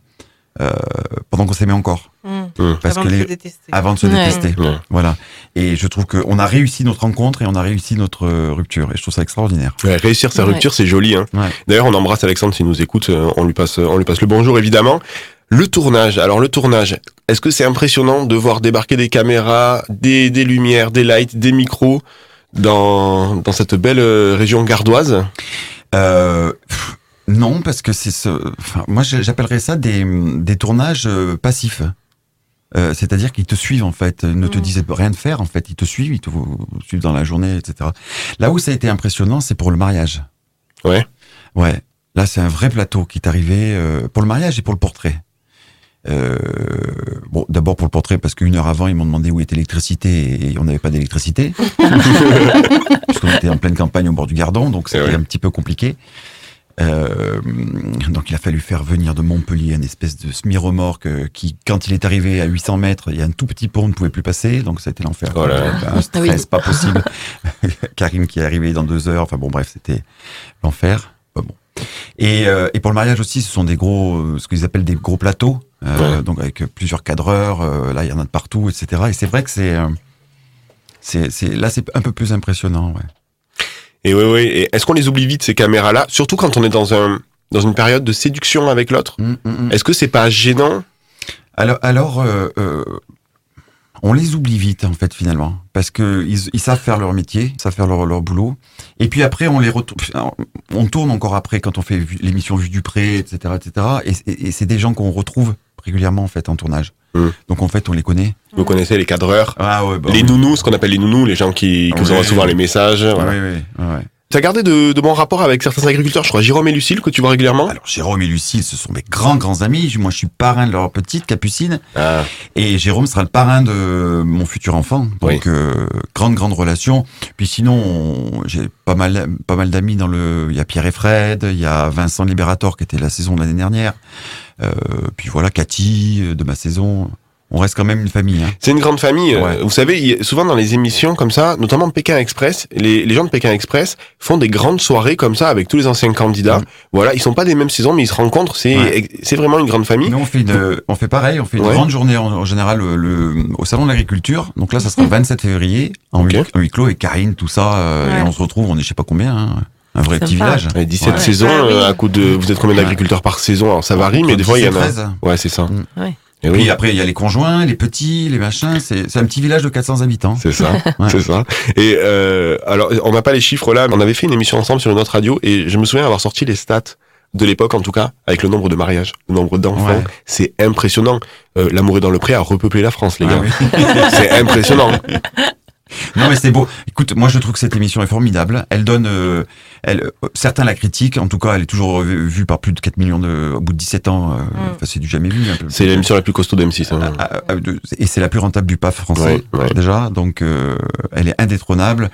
J: pendant qu'on s'aimait encore. Parce
I: avant de se détester.
J: Avant de se détester. Ouais. Voilà. Et je trouve qu'on a réussi notre rencontre et on a réussi notre rupture. Et je trouve ça extraordinaire.
A: Ouais, réussir sa rupture, c'est joli. Hein. Ouais. D'ailleurs, on embrasse Alexandre s'il nous écoute. On lui passe le bonjour, évidemment. Le tournage. Alors, est-ce que c'est impressionnant de voir débarquer des caméras, des lumières, des lights, des micros dans cette belle région gardoise?
J: Non, parce que moi, j'appellerais ça des tournages passifs. C'est-à-dire qu'ils te suivent, en fait. Ils ne te disent rien de faire, en fait. Ils te suivent dans la journée, etc. Là où ça a été impressionnant, c'est pour le mariage.
A: Ouais.
J: Ouais. Là, c'est un vrai plateau qui est arrivé pour le mariage et pour le portrait. D'abord pour le portrait, parce qu'1 heure avant, ils m'ont demandé où était l'électricité et on n'avait pas d'électricité. Puisqu'on était en pleine campagne au bord du Gardon, donc c'était un petit peu compliqué. Donc il a fallu faire venir de Montpellier une espèce de semi-remorque qui, quand il est arrivé à 800 mètres, il y a un tout petit pont, on ne pouvait plus passer, donc ça a été l'enfer.
A: Oh là.
J: Un stress pas possible. Karim qui est arrivé dans 2 heures, enfin bon bref, c'était l'enfer. Bon. Et pour le mariage aussi, ce sont des gros, ce qu'ils appellent des gros plateaux, donc avec plusieurs cadreurs, là il y en a de partout, etc. Et c'est vrai que là c'est un peu plus impressionnant, ouais.
A: Et oui. Et est-ce qu'on les oublie vite ces caméras-là, surtout quand on est dans une période de séduction avec l'autre? Est-ce que c'est pas gênant?
J: Alors, on les oublie vite en fait finalement, parce que ils savent faire leur métier, savent faire leur boulot. Et puis après, on les retrouve, on tourne encore après quand on fait l'émission Vue du Pré, etc., etc. Et c'est des gens qu'on retrouve régulièrement en fait en tournage. Donc en fait, on les connaît.
A: Vous connaissez les cadreurs, les
J: oui.
A: nounous, ce qu'on appelle les nounous, les gens qui nous envoient souvent les messages. Voilà.
J: Oui.
A: T'as gardé de bons rapports avec certains agriculteurs, je crois, Jérôme et Lucille, que tu vois régulièrement?
J: Alors, Jérôme et Lucille, ce sont mes grands amis. Moi, je suis parrain de leur petite Capucine. Ah. Et Jérôme sera le parrain de mon futur enfant. Donc, grande relation. Puis sinon, j'ai pas mal d'amis il y a Pierre et Fred, il y a Vincent Libérator, qui était la saison de l'année dernière. Puis voilà, Cathy, de ma saison. On reste quand même une famille. Hein.
A: C'est une grande famille. Ouais. Vous savez, souvent dans les émissions comme ça, notamment Pékin Express, les gens de Pékin Express font des grandes soirées comme ça avec tous les anciens candidats. Voilà, ils sont pas des mêmes saisons, mais ils se rencontrent. C'est vraiment une grande famille.
J: Nous, on fait pareil. On fait une grande journée en général au Salon de l'Agriculture. Donc là, ça sera le 27 février en huis clos et Karine, tout ça. Et on se retrouve, on est je sais pas combien. Hein. Un vrai petit village.
A: 17 saisons, à coup de... Vous êtes combien d'agriculteurs par saison? Alors ça varie, mais des fois il y en a...
J: 13.
A: Ouais, c'est ça.
J: Ouais. Et puis après, il y a les conjoints, les petits, les machins. C'est un petit village de 400 habitants.
A: C'est ça, c'est ça. Et alors, on n'a pas les chiffres là, mais on avait fait une émission ensemble sur une autre radio et je me souviens avoir sorti les stats de l'époque, en tout cas, avec le nombre de mariages, le nombre d'enfants. Ouais. C'est impressionnant. L'amour est dans le pré a repeuplé la France, les gars. Oui. C'est impressionnant.
J: Non mais c'est beau. Écoute, moi je trouve que cette émission est formidable. Elle donne, certains la critiquent. En tout cas, elle est toujours vue par plus de 4 millions au bout de 17 ans. Enfin, c'est du jamais vu. Un peu.
A: C'est l'émission la plus costaud d'M6. Hein.
J: Et c'est la plus rentable du PAF français déjà. Donc, elle est indétrônable.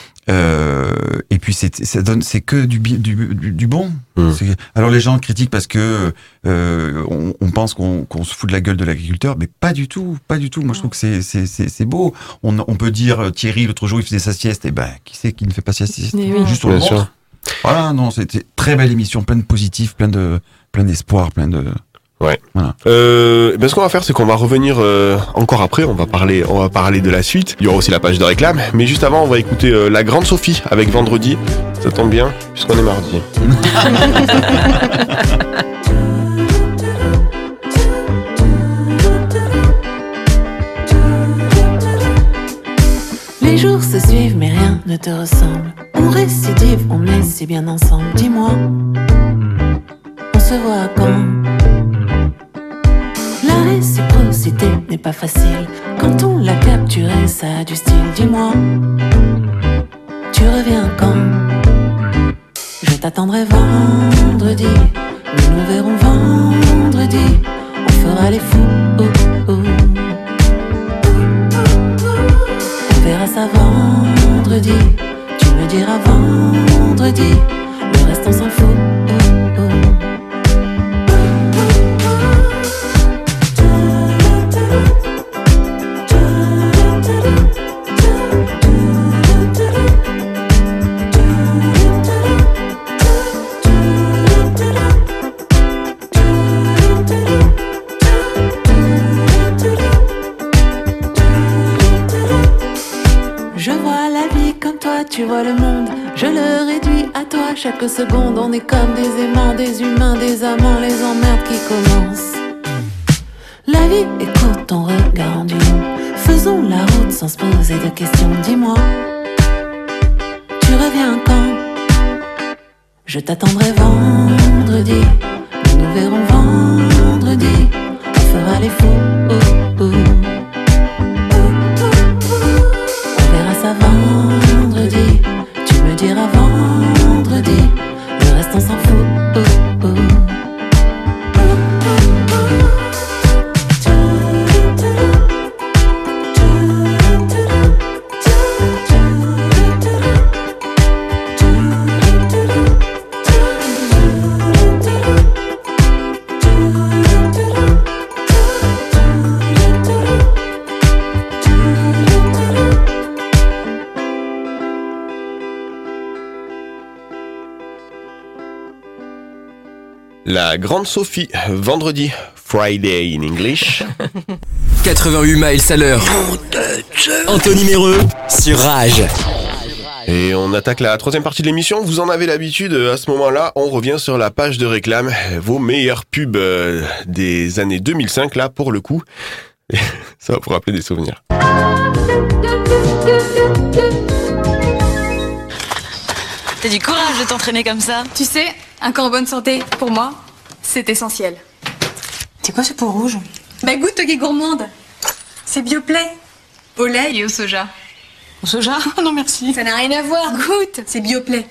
J: Et puis c'est que du bon. Alors les gens critiquent parce que on pense qu'on se fout de la gueule de l'agriculteur, mais pas du tout. Moi je trouve que c'est beau. On peut dire Thierry l'autre jour il faisait sa sieste, et qui c'est qui ne fait pas sa sieste? Juste on le montre. Voilà, non, c'était très belle émission, plein de positifs, plein d'espoir, plein de.
A: Ouais. Voilà. Ce qu'on va faire, c'est qu'on va revenir encore après. On va parler de la suite. Il y aura aussi la page de réclame. Mais juste avant, on va écouter la grande Sophie avec Vendredi. Ça tombe bien, puisqu'on est mardi.
Q: Les jours se suivent, mais rien ne te ressemble. On récidive, on est si bien ensemble. Dis-moi, on se voit quand? La réciprocité n'est pas facile. Quand on l'a capturé, ça a du style. Dis-moi, tu reviens quand? Je t'attendrai vendredi. Nous verrons vendredi. On fera les fous. On verra ça vendredi. Tu me diras vendredi. Le reste on s'en fout. Tu vois le monde, je le réduis à toi. Chaque seconde, on est comme des aimants, des humains, des amants, les emmerdes qui commencent. La vie est courte, ton regard en dur. Faisons la route sans se poser de questions. Dis-moi, tu reviens quand? Je t'attendrai vendredi. Nous verrons vendredi. On fera les fous. On verra ça vendredi. Tu me diras vendredi. Le reste on s'en fout.
A: La grande Sophie, vendredi, Friday in English.
C: 88 miles à l'heure. Anthony Méreux sur Rage.
A: Et on attaque la troisième partie de l'émission. Vous en avez l'habitude, à ce moment-là, on revient sur la page de réclame. Vos meilleures pubs des années 2005, là, pour le coup. Et ça va pour rappeler des souvenirs.
R: T'as du courage de t'entraîner comme ça.
S: Tu sais, un corps en bonne santé, pour moi, c'est essentiel.
R: C'est quoi ce pot rouge?
S: Bah goûte, qui gourmande. C'est Bioplay. Au lait et au soja.
R: Au soja? Non merci.
S: Ça n'a rien à voir, goûte. C'est Bioplay.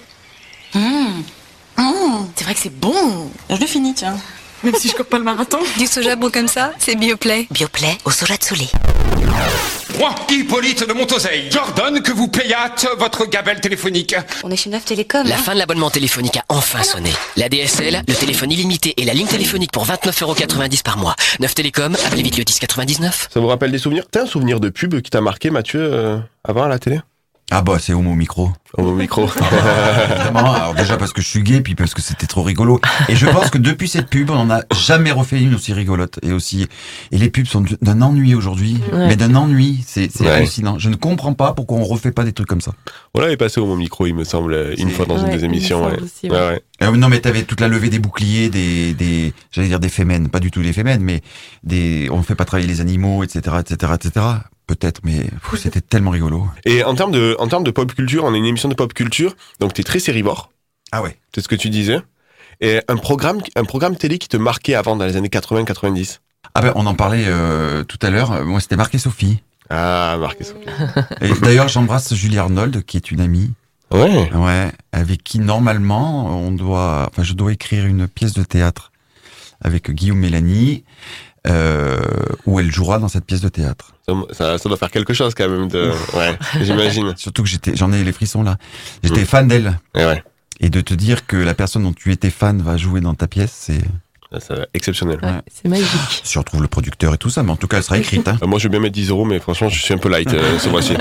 R: C'est vrai que c'est bon. Je le finis, tiens.
S: Même si je cours pas le marathon. Du soja bon comme ça, c'est Bioplay.
R: Bioplay au soja de Soulé.
T: Moi, Hippolyte de Montoseille, j'ordonne que vous payâtes votre gabelle téléphonique.
R: On est chez Neuf Télécom.
C: La fin de l'abonnement téléphonique a enfin sonné. La DSL, le téléphone illimité et la ligne téléphonique pour 29,90€ par mois. Neuf Télécom, appelez vite le 1099.
A: Ça vous rappelle des souvenirs? T'as un souvenir de pub qui t'a marqué, Mathieu, avant à la télé?
J: Ah bah c'est Homo Micro.
A: Homo Micro.
J: Évidemment, alors déjà parce que je suis gay, puis parce que c'était trop rigolo. Et je pense que depuis cette pub, on n'a jamais refait une aussi rigolote. Et les pubs sont d'un ennui aujourd'hui.
A: Ouais.
J: Mais d'un ennui, c'est
A: Ouais.
J: hallucinant. Je ne comprends pas pourquoi on refait pas des trucs comme ça.
A: On l'avait passé Homo Micro, il me semble, une fois dans une des émissions. Ouais.
J: Non mais t'avais toute la levée des boucliers, j'allais dire des fémènes, pas du tout des fémènes, mais on ne fait pas travailler les animaux, etc., etc., etc. Peut-être, mais c'était tellement rigolo.
A: Et en termes de pop culture, on est une émission de pop culture, donc t'es très sérivore.
J: Ah ouais.
A: C'est ce que tu disais. Et un programme télé qui te marquait avant, dans les années 80-90.
J: Ah ben on en parlait tout à l'heure. Moi c'était Marc et Sophie.
A: Ah, Marc et Sophie.
J: Et d'ailleurs j'embrasse Julie Arnold qui est une amie.
A: Ouais.
J: Ouais. Avec qui normalement je dois écrire une pièce de théâtre avec Guillaume Mélanie. Où elle jouera dans cette pièce de théâtre.
A: Ça doit faire quelque chose quand même ouais, j'imagine.
J: Surtout que j'en ai les frissons là. J'étais fan d'elle.
A: Ouais.
J: Et de te dire que la personne dont tu étais fan va jouer dans ta pièce, c'est
A: exceptionnel.
M: Ouais, c'est magique.
J: Si on retrouve le producteur et tout ça, mais en tout cas elle sera écrite. Hein.
A: Moi je vais bien mettre 10€, mais franchement je suis un peu light ce mois-ci.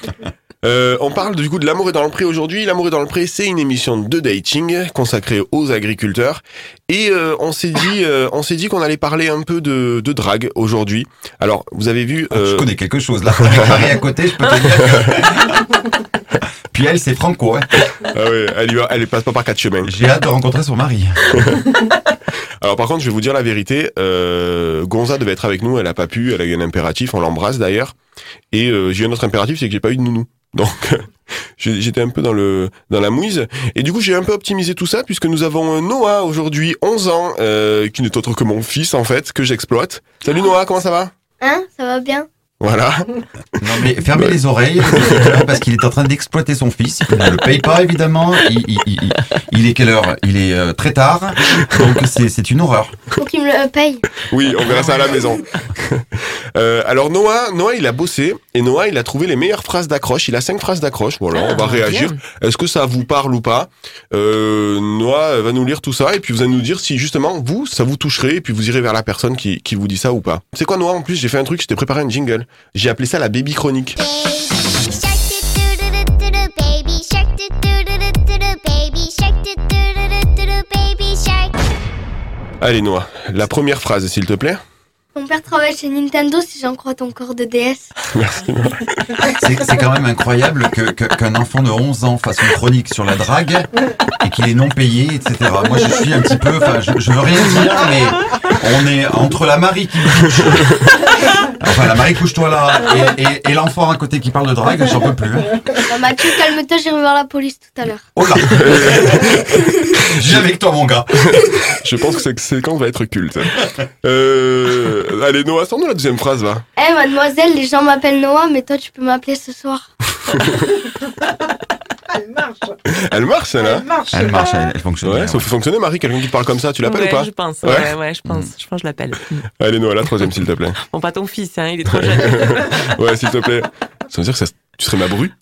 A: On parle du coup de L'amour est dans le pré aujourd'hui. L'amour est dans le pré, c'est une émission de dating consacrée aux agriculteurs. Et on s'est dit qu'on allait parler un peu de drague aujourd'hui. Alors, vous avez vu...
J: Je connais quelque chose là. Avec Marie à côté, je peux te dire. Puis elle, c'est Franco. Hein.
A: Ah ouais, elle passe pas par 4 chemins.
J: J'ai hâte de rencontrer son mari.
A: Alors par contre, je vais vous dire la vérité. Gonza devait être avec nous, elle a pas pu. Elle a eu un impératif, on l'embrasse d'ailleurs. Et j'ai eu un autre impératif, c'est que j'ai pas eu de nounou. Donc j'étais un peu dans la mouise. Et du coup, j'ai un peu optimisé tout ça puisque nous avons Noah aujourd'hui, 11 ans, qui n'est autre que mon fils en fait, que j'exploite. Salut Noah, comment ça va?
U: Hein, ça va bien.
A: Voilà.
J: Non mais fermez les oreilles parce qu'il est en train d'exploiter son fils. Il ne le paye pas évidemment. Il est quelle heure? Il est très tard. Donc c'est une horreur.
U: Faut qu'il me le paye.
A: Oui, on verra ça à la maison. Alors Noah, il a bossé et Noah, il a trouvé les meilleures phrases d'accroche. Il a 5 phrases d'accroche. Voilà, on va réagir. Bien. Est-ce que ça vous parle ou pas? Noah va nous lire tout ça et puis vous allez nous dire si justement vous, ça vous toucherait et puis vous irez vers la personne qui vous dit ça ou pas. C'est quoi Noah? En plus, j'ai fait un truc, je t'ai préparé un jingle. J'ai appelé ça la baby chronique. Allez Noah, la première phrase s'il te plaît.
U: Mon père travaille chez Nintendo si j'en crois ton corps de DS.
A: Merci Noah.
J: C'est quand même incroyable qu'un enfant de 11 ans fasse une chronique sur la drague et qu'il est non payé, etc. Moi je suis un petit peu, je veux rien dire, mais on est entre la Marie qui me couche. Enfin, la Marie couche-toi là, et l'enfant à côté qui parle de drague, j'en peux plus.
U: Mathieu, calme-toi, j'irai voir la police tout à l'heure.
J: Oh là. J'ai avec toi, mon gars.
A: Je pense que cette séquence va être culte. Allez, Noah, sors-nous la deuxième phrase, va.
U: Eh, mademoiselle, les gens m'appellent Noah, mais toi, tu peux m'appeler ce soir.
O: Elle marche.
A: Elle marche, celle-là.
J: Elle marche, elle fonctionne.
A: Ouais, ça peut fonctionner, Marie, quelqu'un qui te parle comme ça, tu l'appelles ou pas?
M: Je pense, ouais, je pense que je l'appelle.
A: Allez, Noah, la troisième, s'il te plaît.
M: Bon, pas ton fils, hein, il est trop jeune.
A: Ouais, s'il te plaît. Ça veut dire que tu serais ma bru?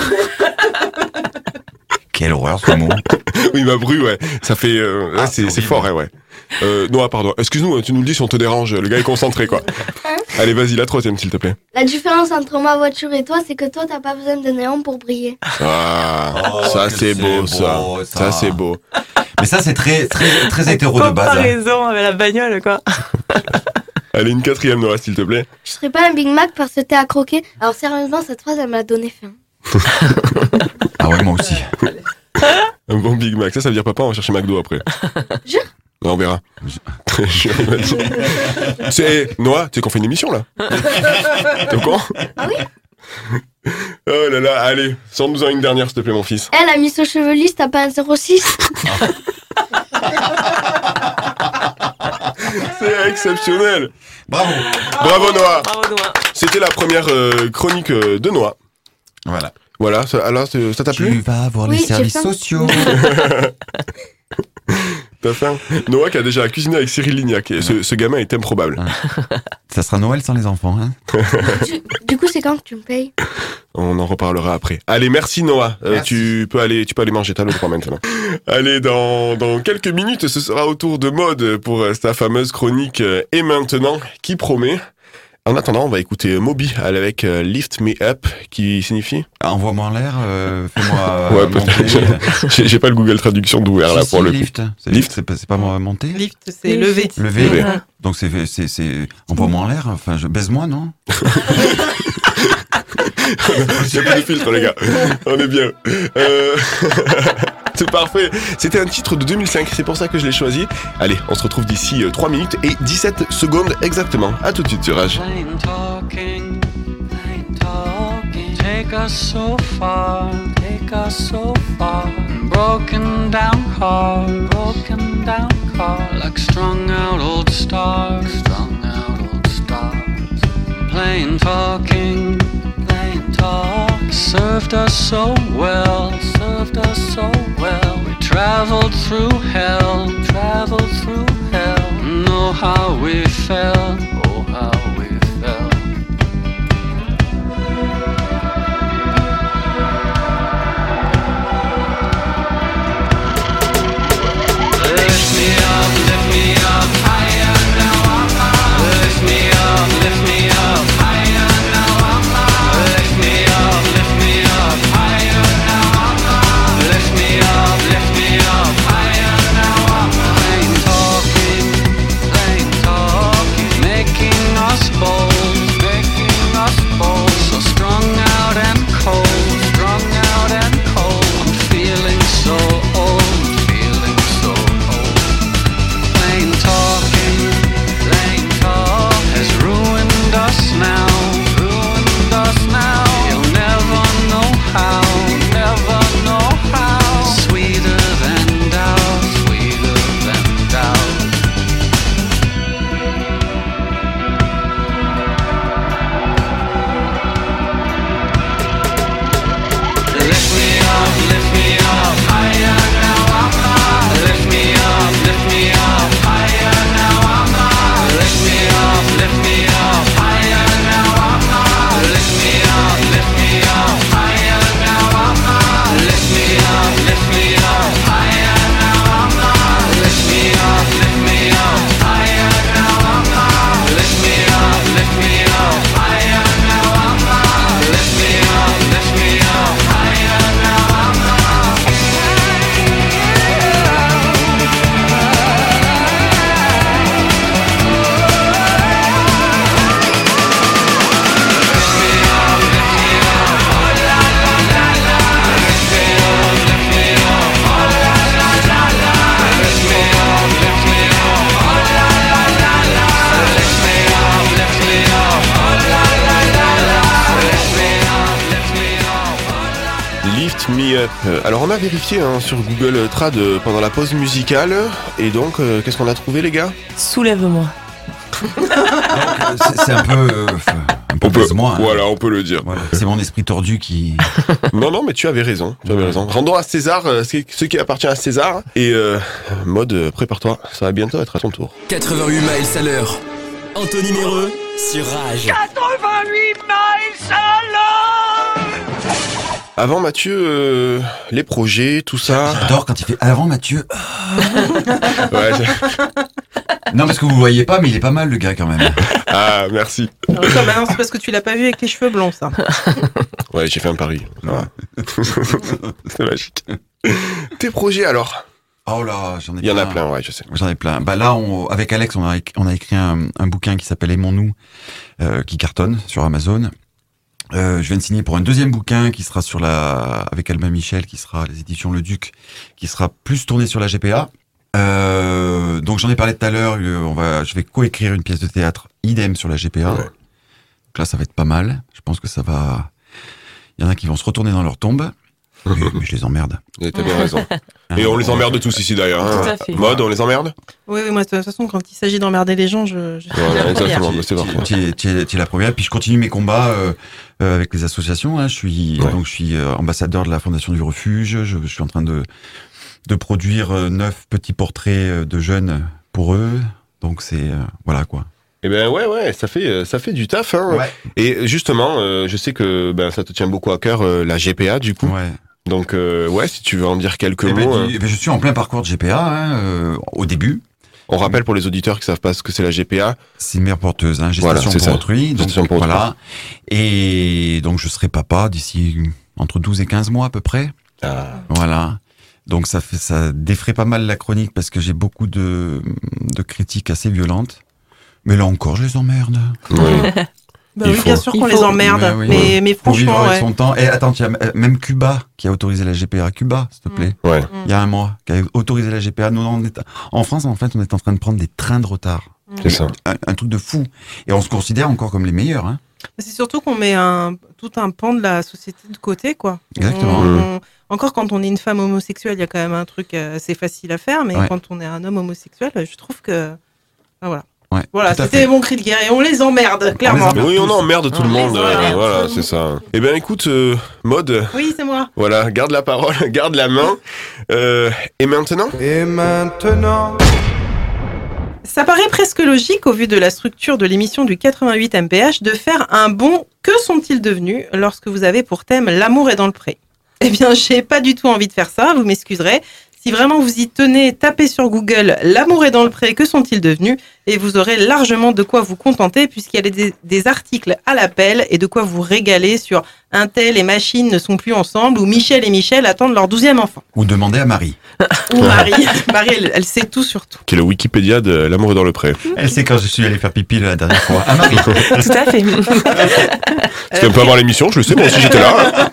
J: Quelle horreur, ce mot.
A: Oui, ma bru, ouais. Ça fait... c'est fort, ouais. Noah, pardon. Excuse-nous, tu nous le dis si on te dérange. Le gars est concentré, quoi.
U: Hein?
A: Allez, vas-y, la troisième, s'il te plaît.
U: La différence entre ma voiture et toi, c'est que toi, t'as pas besoin de néon pour briller.
A: Ah, ça, c'est beau, ça. Ça, c'est beau.
J: Mais ça, c'est très, très, très hétéro de base.
M: Comparaison avec la bagnole, quoi.
A: Allez, une quatrième, Noah, s'il te plaît.
U: Je serais pas un Big Mac parce que t'es à croquer. Alors, sérieusement, cette phrase, elle m'a donné faim.
J: Ah ouais, moi aussi.
A: Un bon Big Mac. Ça veut dire papa, on va chercher McDo après.
U: Jure?
A: On verra. C'est Noah, tu sais qu'on fait une émission là. T'es au courant?
U: Ah oui?
A: Oh là là, allez, sors-nous en une dernière s'il te plaît mon fils.
U: Elle a mis son cheveu lisse, t'as pas un 06?
A: C'est exceptionnel.
J: Bravo.
A: Bravo Noah.
M: Bravo Noah.
A: C'était la première chronique de Noah.
J: Voilà.
A: Voilà, alors ça t'a plu?
J: Tu vas avoir
U: Oui,
J: les
U: j'ai
J: services
U: faim.
J: sociaux.
A: T'as faim? Noah qui a déjà cuisiné avec Cyril Lignac. Et ce gamin est improbable.
J: Ça sera Noël sans les enfants, hein.
U: Du coup, c'est quand que tu me payes?
A: On en reparlera après. Allez, merci Noah.
J: Merci.
A: Tu peux aller manger ta leçon maintenant. Allez, dans quelques minutes, ce sera au tour de Maude pour sa fameuse chronique Et maintenant, qui promet. En attendant, on va écouter Moby avec Lift Me Up, qui signifie
J: Envoie-moi en l'air, fais-moi
A: ouais,
J: monter.
A: J'ai pas le Google Traduction d'ouvert là
J: Si,
A: pour le
J: lift.
A: coup.
J: C'est
A: Lift.
J: C'est pas monter.
I: Lift, c'est lever.
J: Lever.
A: Lever.
J: Donc c'est envoie-moi en l'air. Enfin, baise-moi, non?
A: Il y a plus de filtre les gars. On est bien. C'est parfait. C'était un titre de 2005, c'est pour ça que je l'ai choisi. Allez, on se retrouve d'ici 3 minutes et 17 secondes exactement. À tout de suite sur Rage.
K: Plain talking, take us so far, broken down car, like strung out old stars, plain talking, served us so well, we traveled through hell, know how we felt, oh how we felt. Lift me up, higher now I'm high. Lift me up, higher now I'm high. Lift me up, higher now I'm high. Lift me up, higher now I'm high. Plain talking, making us bold, so strung out and cold, I'm feeling so old. Plain talk has ruined us now. You'll never know how. Sweeter than doubt. Lift me up, higher now I'm high. Lift me up, higher now I'm high. Lift me up, higher now I'm high. Lift me up, higher now I'm high. Lift me up, higher now I'm high. Lift me up, higher now I'm high. Lift me up, higher now I'm high. Lift me up, higher now I'm
A: Lift Me Up. Alors on a vérifié sur Google Trad pendant la pause musicale. Et donc, qu'est-ce qu'on a trouvé les gars?
M: Soulève-moi.
J: C'est un peu baise-moi. Hein.
A: Voilà, on peut le dire.
J: Voilà. C'est mon esprit tordu qui...
A: Non, mais tu avais raison. Rendons à César ce qui appartient à César. Et Maude, prépare-toi, ça va bientôt être à ton tour.
C: 88 miles à l'heure. Anthony Méreux sur Rage.
K: 88 miles à l'heure.
A: Avant Mathieu, les projets, tout ça.
J: J'adore quand il fait avant Mathieu.
A: Ouais,
J: non, parce que vous voyez pas, mais il est pas mal le gars quand même.
A: Ah, merci.
I: Non, c'est parce que tu l'as pas vu avec les cheveux blonds, ça.
A: Ouais, j'ai fait un pari. C'est magique. Tes projets alors?
J: Oh là, j'en ai plein.
A: Il y en a plein, ouais, je sais.
J: J'en ai plein. Bah là, avec Alex, on a écrit un bouquin qui s'appelle Aimons-nous, qui cartonne sur Amazon. Je viens de signer pour un deuxième bouquin qui sera avec Albin Michel, qui sera les éditions Le Duc, qui sera plus tourné sur la GPA. Donc j'en ai parlé tout à l'heure, je vais coécrire une pièce de théâtre, idem sur la GPA. Donc là, ça va être pas mal. Je pense que ça va... Il y en a qui vont se retourner dans leur tombe, mais je les emmerde.
A: Et t'as bien raison. Et on les emmerde tous ici d'ailleurs.
M: Tout à fait.
A: Mode, on les emmerde?
I: Oui, moi, de toute façon, quand il s'agit d'emmerder les gens, je suis la
A: exactement,
I: première.
A: c'est parfait.
J: Tu es la première. Puis je continue mes combats avec les associations. Hein. Je suis ambassadeur de la Fondation du Refuge. Je suis en train de produire 9 petits portraits de jeunes pour eux. Donc c'est voilà quoi.
A: Eh ben ouais, ça fait du taf. Hein.
J: Ouais.
A: Et justement, je sais que ça te tient beaucoup à cœur la GPA du coup.
J: Ouais.
A: Donc si tu veux en dire quelques mots.
J: Je suis en plein parcours de GPA au début.
A: On rappelle pour les auditeurs qui savent pas ce que c'est la GPA.
J: C'est une mère porteuse, hein, gestation pour autrui. Donc, voilà. Et donc je serai papa d'ici entre 12 et 15 mois à peu près.
A: Ah.
J: Voilà. Donc ça défraie pas mal la chronique parce que j'ai beaucoup de critiques assez violentes. Mais là encore, je les emmerde.
A: Oui.
I: Bah oui, bien sûr qu'on les emmerde, mais franchement,
J: avec son temps. Et attends, il y a même Cuba qui a autorisé la GPA à Cuba, s'il te plaît.
A: Ouais.
J: Il y a un mois, qui a autorisé la GPA. Nous, en France, en fait, on est en train de prendre des trains de retard.
A: C'est ça.
J: Un truc de fou. Et on se considère encore comme les meilleurs. Hein.
I: C'est surtout qu'on met tout un pan de la société de côté, quoi.
J: Exactement.
I: Encore quand on est une femme homosexuelle, il y a quand même un truc assez facile à faire, mais quand on est un homme homosexuel, je trouve que... voilà.
J: Ouais,
I: voilà, c'était mon cri de guerre et on les emmerde, clairement.
A: Oui, on emmerde tout le monde. Voilà, c'est ça. Eh bien, écoute, Maude.
I: Oui, c'est moi.
A: Voilà, garde la parole, garde la main. Et maintenant?
I: Ça paraît presque logique, au vu de la structure de l'émission du 88 MPH, de faire un bon « Que sont-ils devenus ?» lorsque vous avez pour thème « L'amour est dans le pré ». Eh bien, j'ai pas du tout envie de faire ça, vous m'excuserez. Si vraiment vous y tenez, tapez sur Google « L'amour est dans le pré, que sont-ils devenus ?» et vous aurez largement de quoi vous contenter puisqu'il y a des articles à l'appel et de quoi vous régaler sur « Intel et machine ne sont plus ensemble » ou « Michel et Michel attendent leur 12e enfant ».
J: Ou demandez à Marie.
I: Ou Marie. Marie, elle sait tout sur tout.
A: Qui est le Wikipédia de L'amour est dans le pré.
J: Elle sait quand je suis allé faire pipi la dernière fois. À Marie.
M: Tout à fait.
A: C'était un peu avant l'émission, je le sais, moi aussi j'étais là.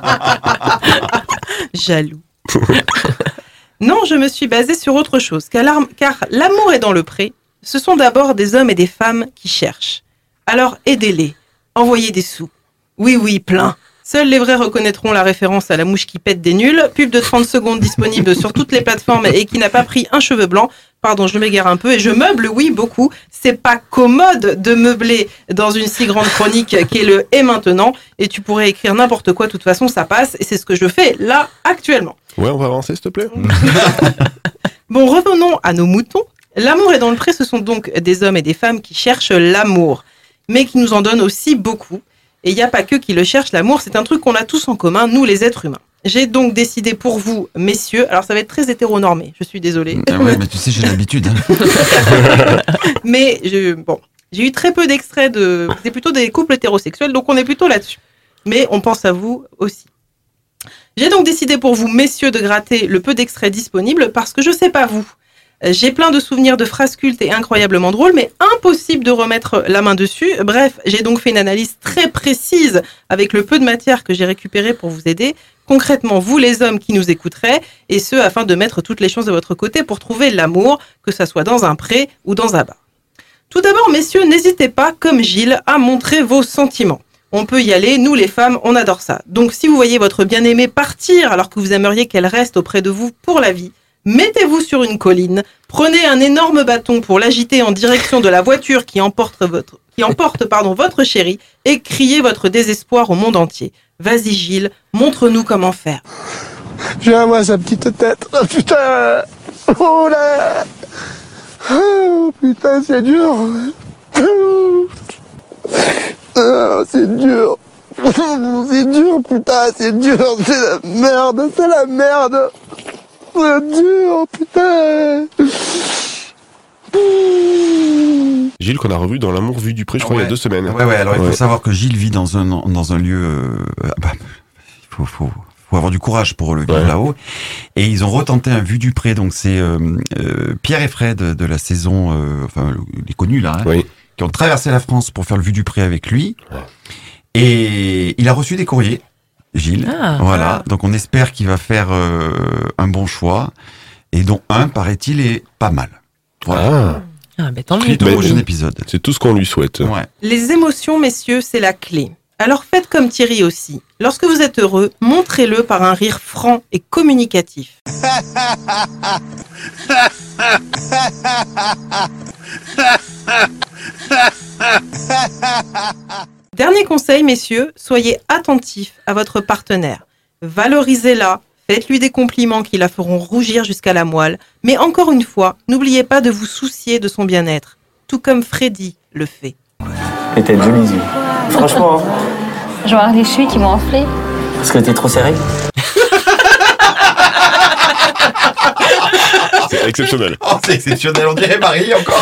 I: Jaloux. Non, je me suis basée sur autre chose, car l'amour est dans le pré. Ce sont d'abord des hommes et des femmes qui cherchent. Alors aidez-les, envoyez des sous. Oui, plein. Seuls les vrais reconnaîtront la référence à la mouche qui pète des nuls. Pub de 30 secondes disponible sur toutes les plateformes et qui n'a pas pris un cheveu blanc. Pardon, je m'égare un peu et je meuble, oui, beaucoup. C'est pas commode de meubler dans une si grande chronique qu'est le « Et maintenant ». Et tu pourrais écrire n'importe quoi, de toute façon, ça passe. Et c'est ce que je fais là, actuellement.
A: Ouais, on va avancer, s'il te plaît.
I: Bon, revenons à nos moutons. L'amour est dans le pré, ce sont donc des hommes et des femmes qui cherchent l'amour, mais qui nous en donnent aussi beaucoup. Et il n'y a pas que qui le cherchent, l'amour, c'est un truc qu'on a tous en commun, nous les êtres humains. J'ai donc décidé pour vous, messieurs, alors ça va être très hétéronormé, je suis désolée.
J: Ah ouais, mais tu sais, j'ai l'habitude. Hein.
I: Mais j'ai eu très peu d'extraits c'est plutôt des couples hétérosexuels, donc on est plutôt là-dessus. Mais on pense à vous aussi. J'ai donc décidé pour vous, messieurs, de gratter le peu d'extraits disponibles parce que je sais pas vous. J'ai plein de souvenirs de phrases cultes et incroyablement drôles, mais impossible de remettre la main dessus. Bref, j'ai donc fait une analyse très précise avec le peu de matière que j'ai récupéré pour vous aider. Concrètement, vous les hommes qui nous écouteraient, et ce, afin de mettre toutes les chances de votre côté pour trouver l'amour, que ça soit dans un pré ou dans un bar. Tout d'abord, messieurs, n'hésitez pas, comme Gilles, à montrer vos sentiments. On peut y aller, nous les femmes, on adore ça. Donc si vous voyez votre bien-aimée partir alors que vous aimeriez qu'elle reste auprès de vous pour la vie, mettez-vous sur une colline, prenez un énorme bâton pour l'agiter en direction de la voiture qui emporte votre chérie et criez votre désespoir au monde entier. Vas-y Gilles, montre-nous comment faire.
O: Je vois sa petite tête. Oh putain. Oh là. Oh putain, c'est dur. Oh, c'est dur. C'est dur, putain, c'est dur. C'est la merde, c'est la merde. C'est dur, putain.
A: Gilles qu'on a revu dans L'amour vu du pré, je crois, il y a 2 semaines.
J: Ouais, alors il faut savoir que Gilles vit dans un lieu... il faut avoir du courage pour le vivre là-haut. Et ils ont retenté un Vue du pré, donc c'est Pierre et Fred de la saison, les connus là, hein, qui ont traversé la France pour faire le Vue du pré avec lui. Ouais. Et il a reçu des courriers, Gilles. Donc on espère qu'il va faire un bon choix. et dont un, paraît-il, est pas mal. Voilà.
M: Ah, ben tant mieux.
J: Suite au prochain épisode.
A: C'est tout ce qu'on lui souhaite.
J: Ouais.
I: Les émotions, messieurs, c'est la clé. Alors faites comme Thierry aussi. Lorsque vous êtes heureux, montrez-le par un rire franc et communicatif. Dernier conseil, messieurs, soyez attentifs à votre partenaire. Valorisez-la, faites-lui des compliments qui la feront rougir jusqu'à la moelle. Mais encore une fois, n'oubliez pas de vous soucier de son bien-être, tout comme Freddy le fait.
P: Et t'as de jolis yeux. Franchement,
D: Je vois les cheveux qui m'ont enflé.
P: parce que t'es trop serré.
A: C'est exceptionnel.
J: Oh, c'est exceptionnel, on dirait Marie encore.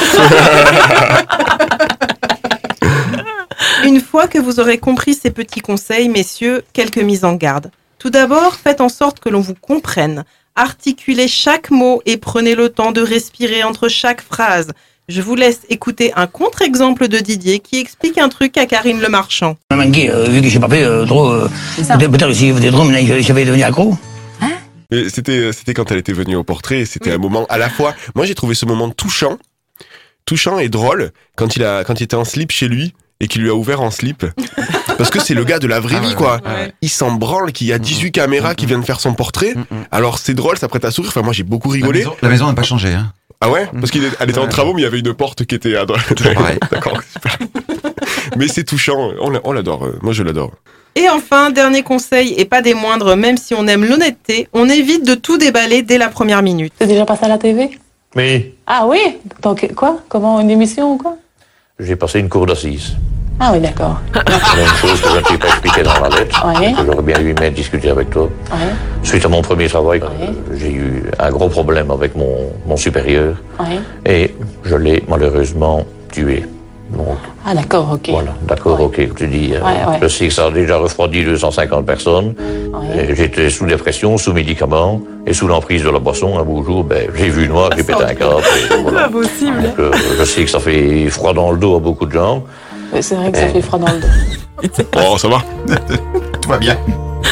I: Une fois que vous aurez compris ces petits conseils, messieurs, quelques mises en garde. Tout d'abord, faites en sorte que l'on vous comprenne. Articulez chaque mot et prenez le temps de respirer entre chaque phrase. Je vous laisse écouter un contre-exemple de Didier qui explique un truc à Karine Le Marchand.
V: Manqué, vu que j'ai pas fait trop, peut-être si vous êtes drôle, j'avais devenu accro.
A: Et c'était quand elle était venue au portrait, c'était un moment à la fois. Moi, j'ai trouvé ce moment touchant et drôle quand il était en slip chez lui et qu'il lui a ouvert en slip. Parce que c'est le gars de la vraie vie, quoi.
J: Ouais.
A: Il s'en branle qu'il y a 18 caméras qui viennent faire son portrait. Alors c'est drôle, ça prête à sourire. Enfin, moi, j'ai beaucoup rigolé.
J: La maison n'a pas changé, hein.
A: Ah ouais? Parce qu'elle était en travaux, mais il y avait une porte qui était à droite.
J: Pareil.
A: D'accord, super. Mais c'est touchant. On l'adore. Moi, je l'adore.
I: Et enfin, dernier conseil, et pas des moindres, même si on aime l'honnêteté, on évite de tout déballer dès la première minute.
D: T'es déjà passé à la TV?
W: Oui,
D: Ah oui? Donc quoi? Comment, une émission ou quoi?
W: j'ai passé une cour d'assises.
D: Ah oui, d'accord.
W: C'est une chose que je ne t'ai pas expliqué dans la lettre,
D: Ouais.
W: que j'aurais bien aimé discuter avec toi.
D: Ouais.
W: Suite à mon premier travail, j'ai eu un gros problème avec mon supérieur
D: Ouais.
W: et je l'ai malheureusement tué. Donc,
D: Ah d'accord, ok.
W: voilà, d'accord, ok, tu dis.
D: Ouais.
W: Je sais que ça a déjà refroidi 250 personnes.
D: Ouais.
W: Et j'étais sous dépression, sous médicaments et sous l'emprise de la boisson. Un beau jour, j'ai vu noir, j'ai pété un câble. et voilà.
M: Pas possible.
W: Donc, je sais que ça fait froid dans le dos à beaucoup de gens.
D: Mais c'est vrai que ça fait froid dans le dos.
A: Oh, ça va.
J: Tout va bien.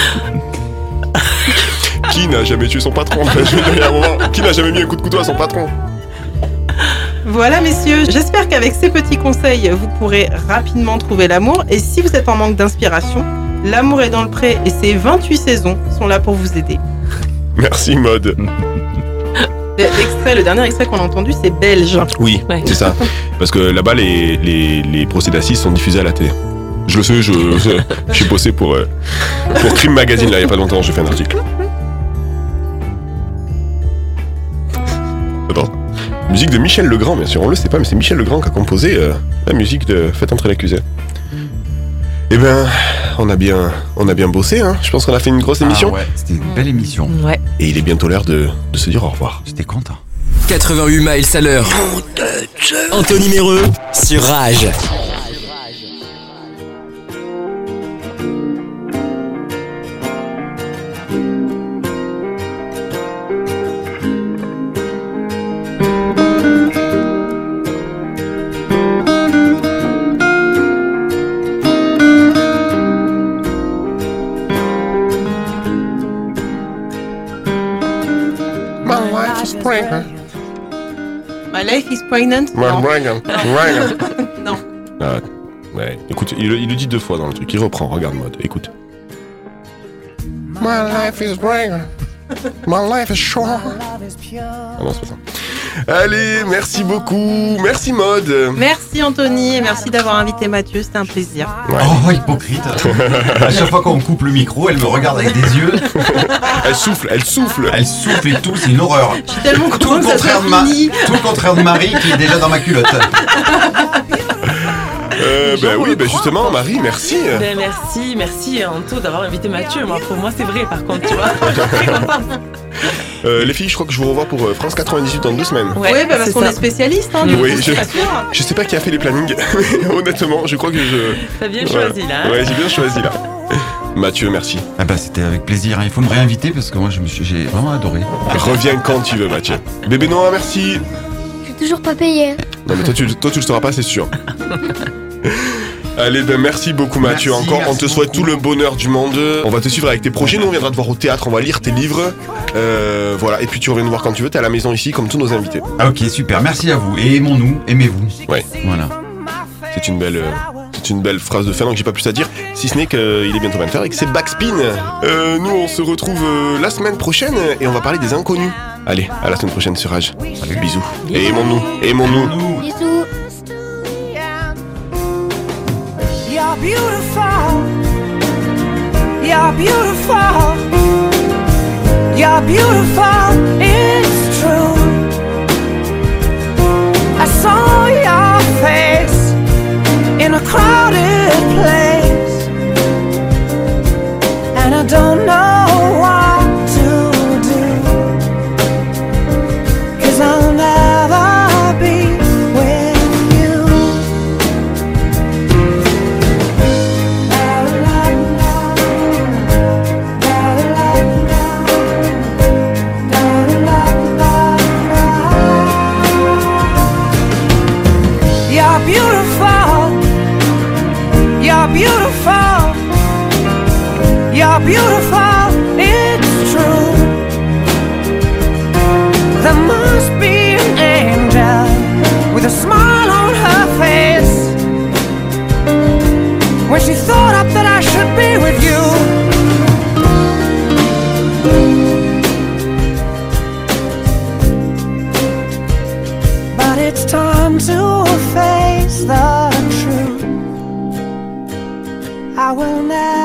A: Qui n'a jamais tué son patron? Je veux dire, il y a un moment, qui n'a jamais mis un coup de couteau à son patron?
I: Voilà messieurs, j'espère qu'avec ces petits conseils, vous pourrez rapidement trouver l'amour. Et si vous êtes en manque d'inspiration, L'amour est dans le pré et ses 28 saisons sont là pour vous aider.
A: Merci Maud.
I: Le dernier extrait qu'on a entendu, c'est belge.
A: Oui, c'est ça. Parce que là-bas, les procès d'assises sont diffusés à la télé. Je le sais, j'ai bossé pour Crime Magazine, là, il n'y a pas longtemps, j'ai fait un article. Attends. Musique de Michel Legrand, bien sûr, on le sait pas, mais c'est Michel Legrand qui a composé la musique de Faites entrer l'accusé. Eh ben, on a bien bossé, hein. Je pense qu'on a fait une grosse émission.
J: Ah ouais, c'était une belle émission.
M: Ouais.
A: Et il est bientôt l'heure de se dire au revoir.
J: J'étais content.
C: 88 miles à l'heure. Anthony Méreux sur Rage.
I: My life is pregnant. Non. Non.
A: Ah, ouais. Écoute, il le dit 2 fois dans le truc. Il reprend, regarde Maud, écoute. My life is pregnant. My life is short. Ah non, c'est pas ça. Allez, merci beaucoup. Merci Maud.
I: Merci Anthony et merci d'avoir invité Mathieu, c'était un plaisir.
A: Ouais.
J: Oh, hypocrite. À chaque fois qu'on coupe le micro, elle me regarde avec des yeux.
A: Elle souffle.
J: Elle souffle et tout, c'est une horreur.
I: Je suis tellement
J: Tout
I: contente
J: le
I: que ça
J: contraire
I: soit fini.
J: tout le contraire de Marie qui est déjà dans ma culotte.
A: Oui, justement, Marie, merci.
M: Ben merci Anto d'avoir invité Mathieu. Moi, pour moi, c'est vrai, par contre, tu vois. Je suis très contente.
A: Les filles, je crois que je vous revois pour France 98 dans 2 semaines.
I: Ouais, parce qu'on est spécialiste. Hein,
A: oui, je sais pas qui a fait les plannings. Honnêtement, je crois que je...
M: T'as bien choisi, là.
A: Ouais, j'ai bien choisi, là. Mathieu, merci.
J: Ah bah, c'était avec plaisir. Il faut me réinviter parce que moi, j'ai vraiment adoré.
A: Reviens quand tu veux, Mathieu. Bébé Noah, merci.
U: Je suis toujours pas payé.
A: Non, mais toi, tu le sauras pas, c'est sûr. Allez, ben merci beaucoup Mathieu. On te souhaite tout le bonheur du monde. On va te suivre avec tes projets. Nous, on viendra te voir au théâtre, on va lire tes livres. Voilà, et puis tu reviens nous voir quand tu veux. T'es à la maison ici, comme tous nos invités.
J: Ah, ok, super. Merci à vous. Et aimons-nous, aimez-vous.
A: Ouais.
J: Voilà.
A: C'est une belle phrase de fin, donc j'ai pas plus à dire. Si ce n'est qu'il est bientôt 20h et que c'est Backspin. Nous, on se retrouve la semaine prochaine et on va parler des inconnus. Allez, à la semaine prochaine sur Rage. Salut, bisous. Et aimons-nous.
U: Bisous.
K: You're beautiful. You're beautiful. You're beautiful. It's true. I saw your face in a crowded place, and I don't know what to do, 'cause I'll never be with you. You're beautiful. You're beautiful. You're beautiful. It's true. There must be an angel with a smile on her face when she thought up that I should be with you. But it's time to face the truth. I will never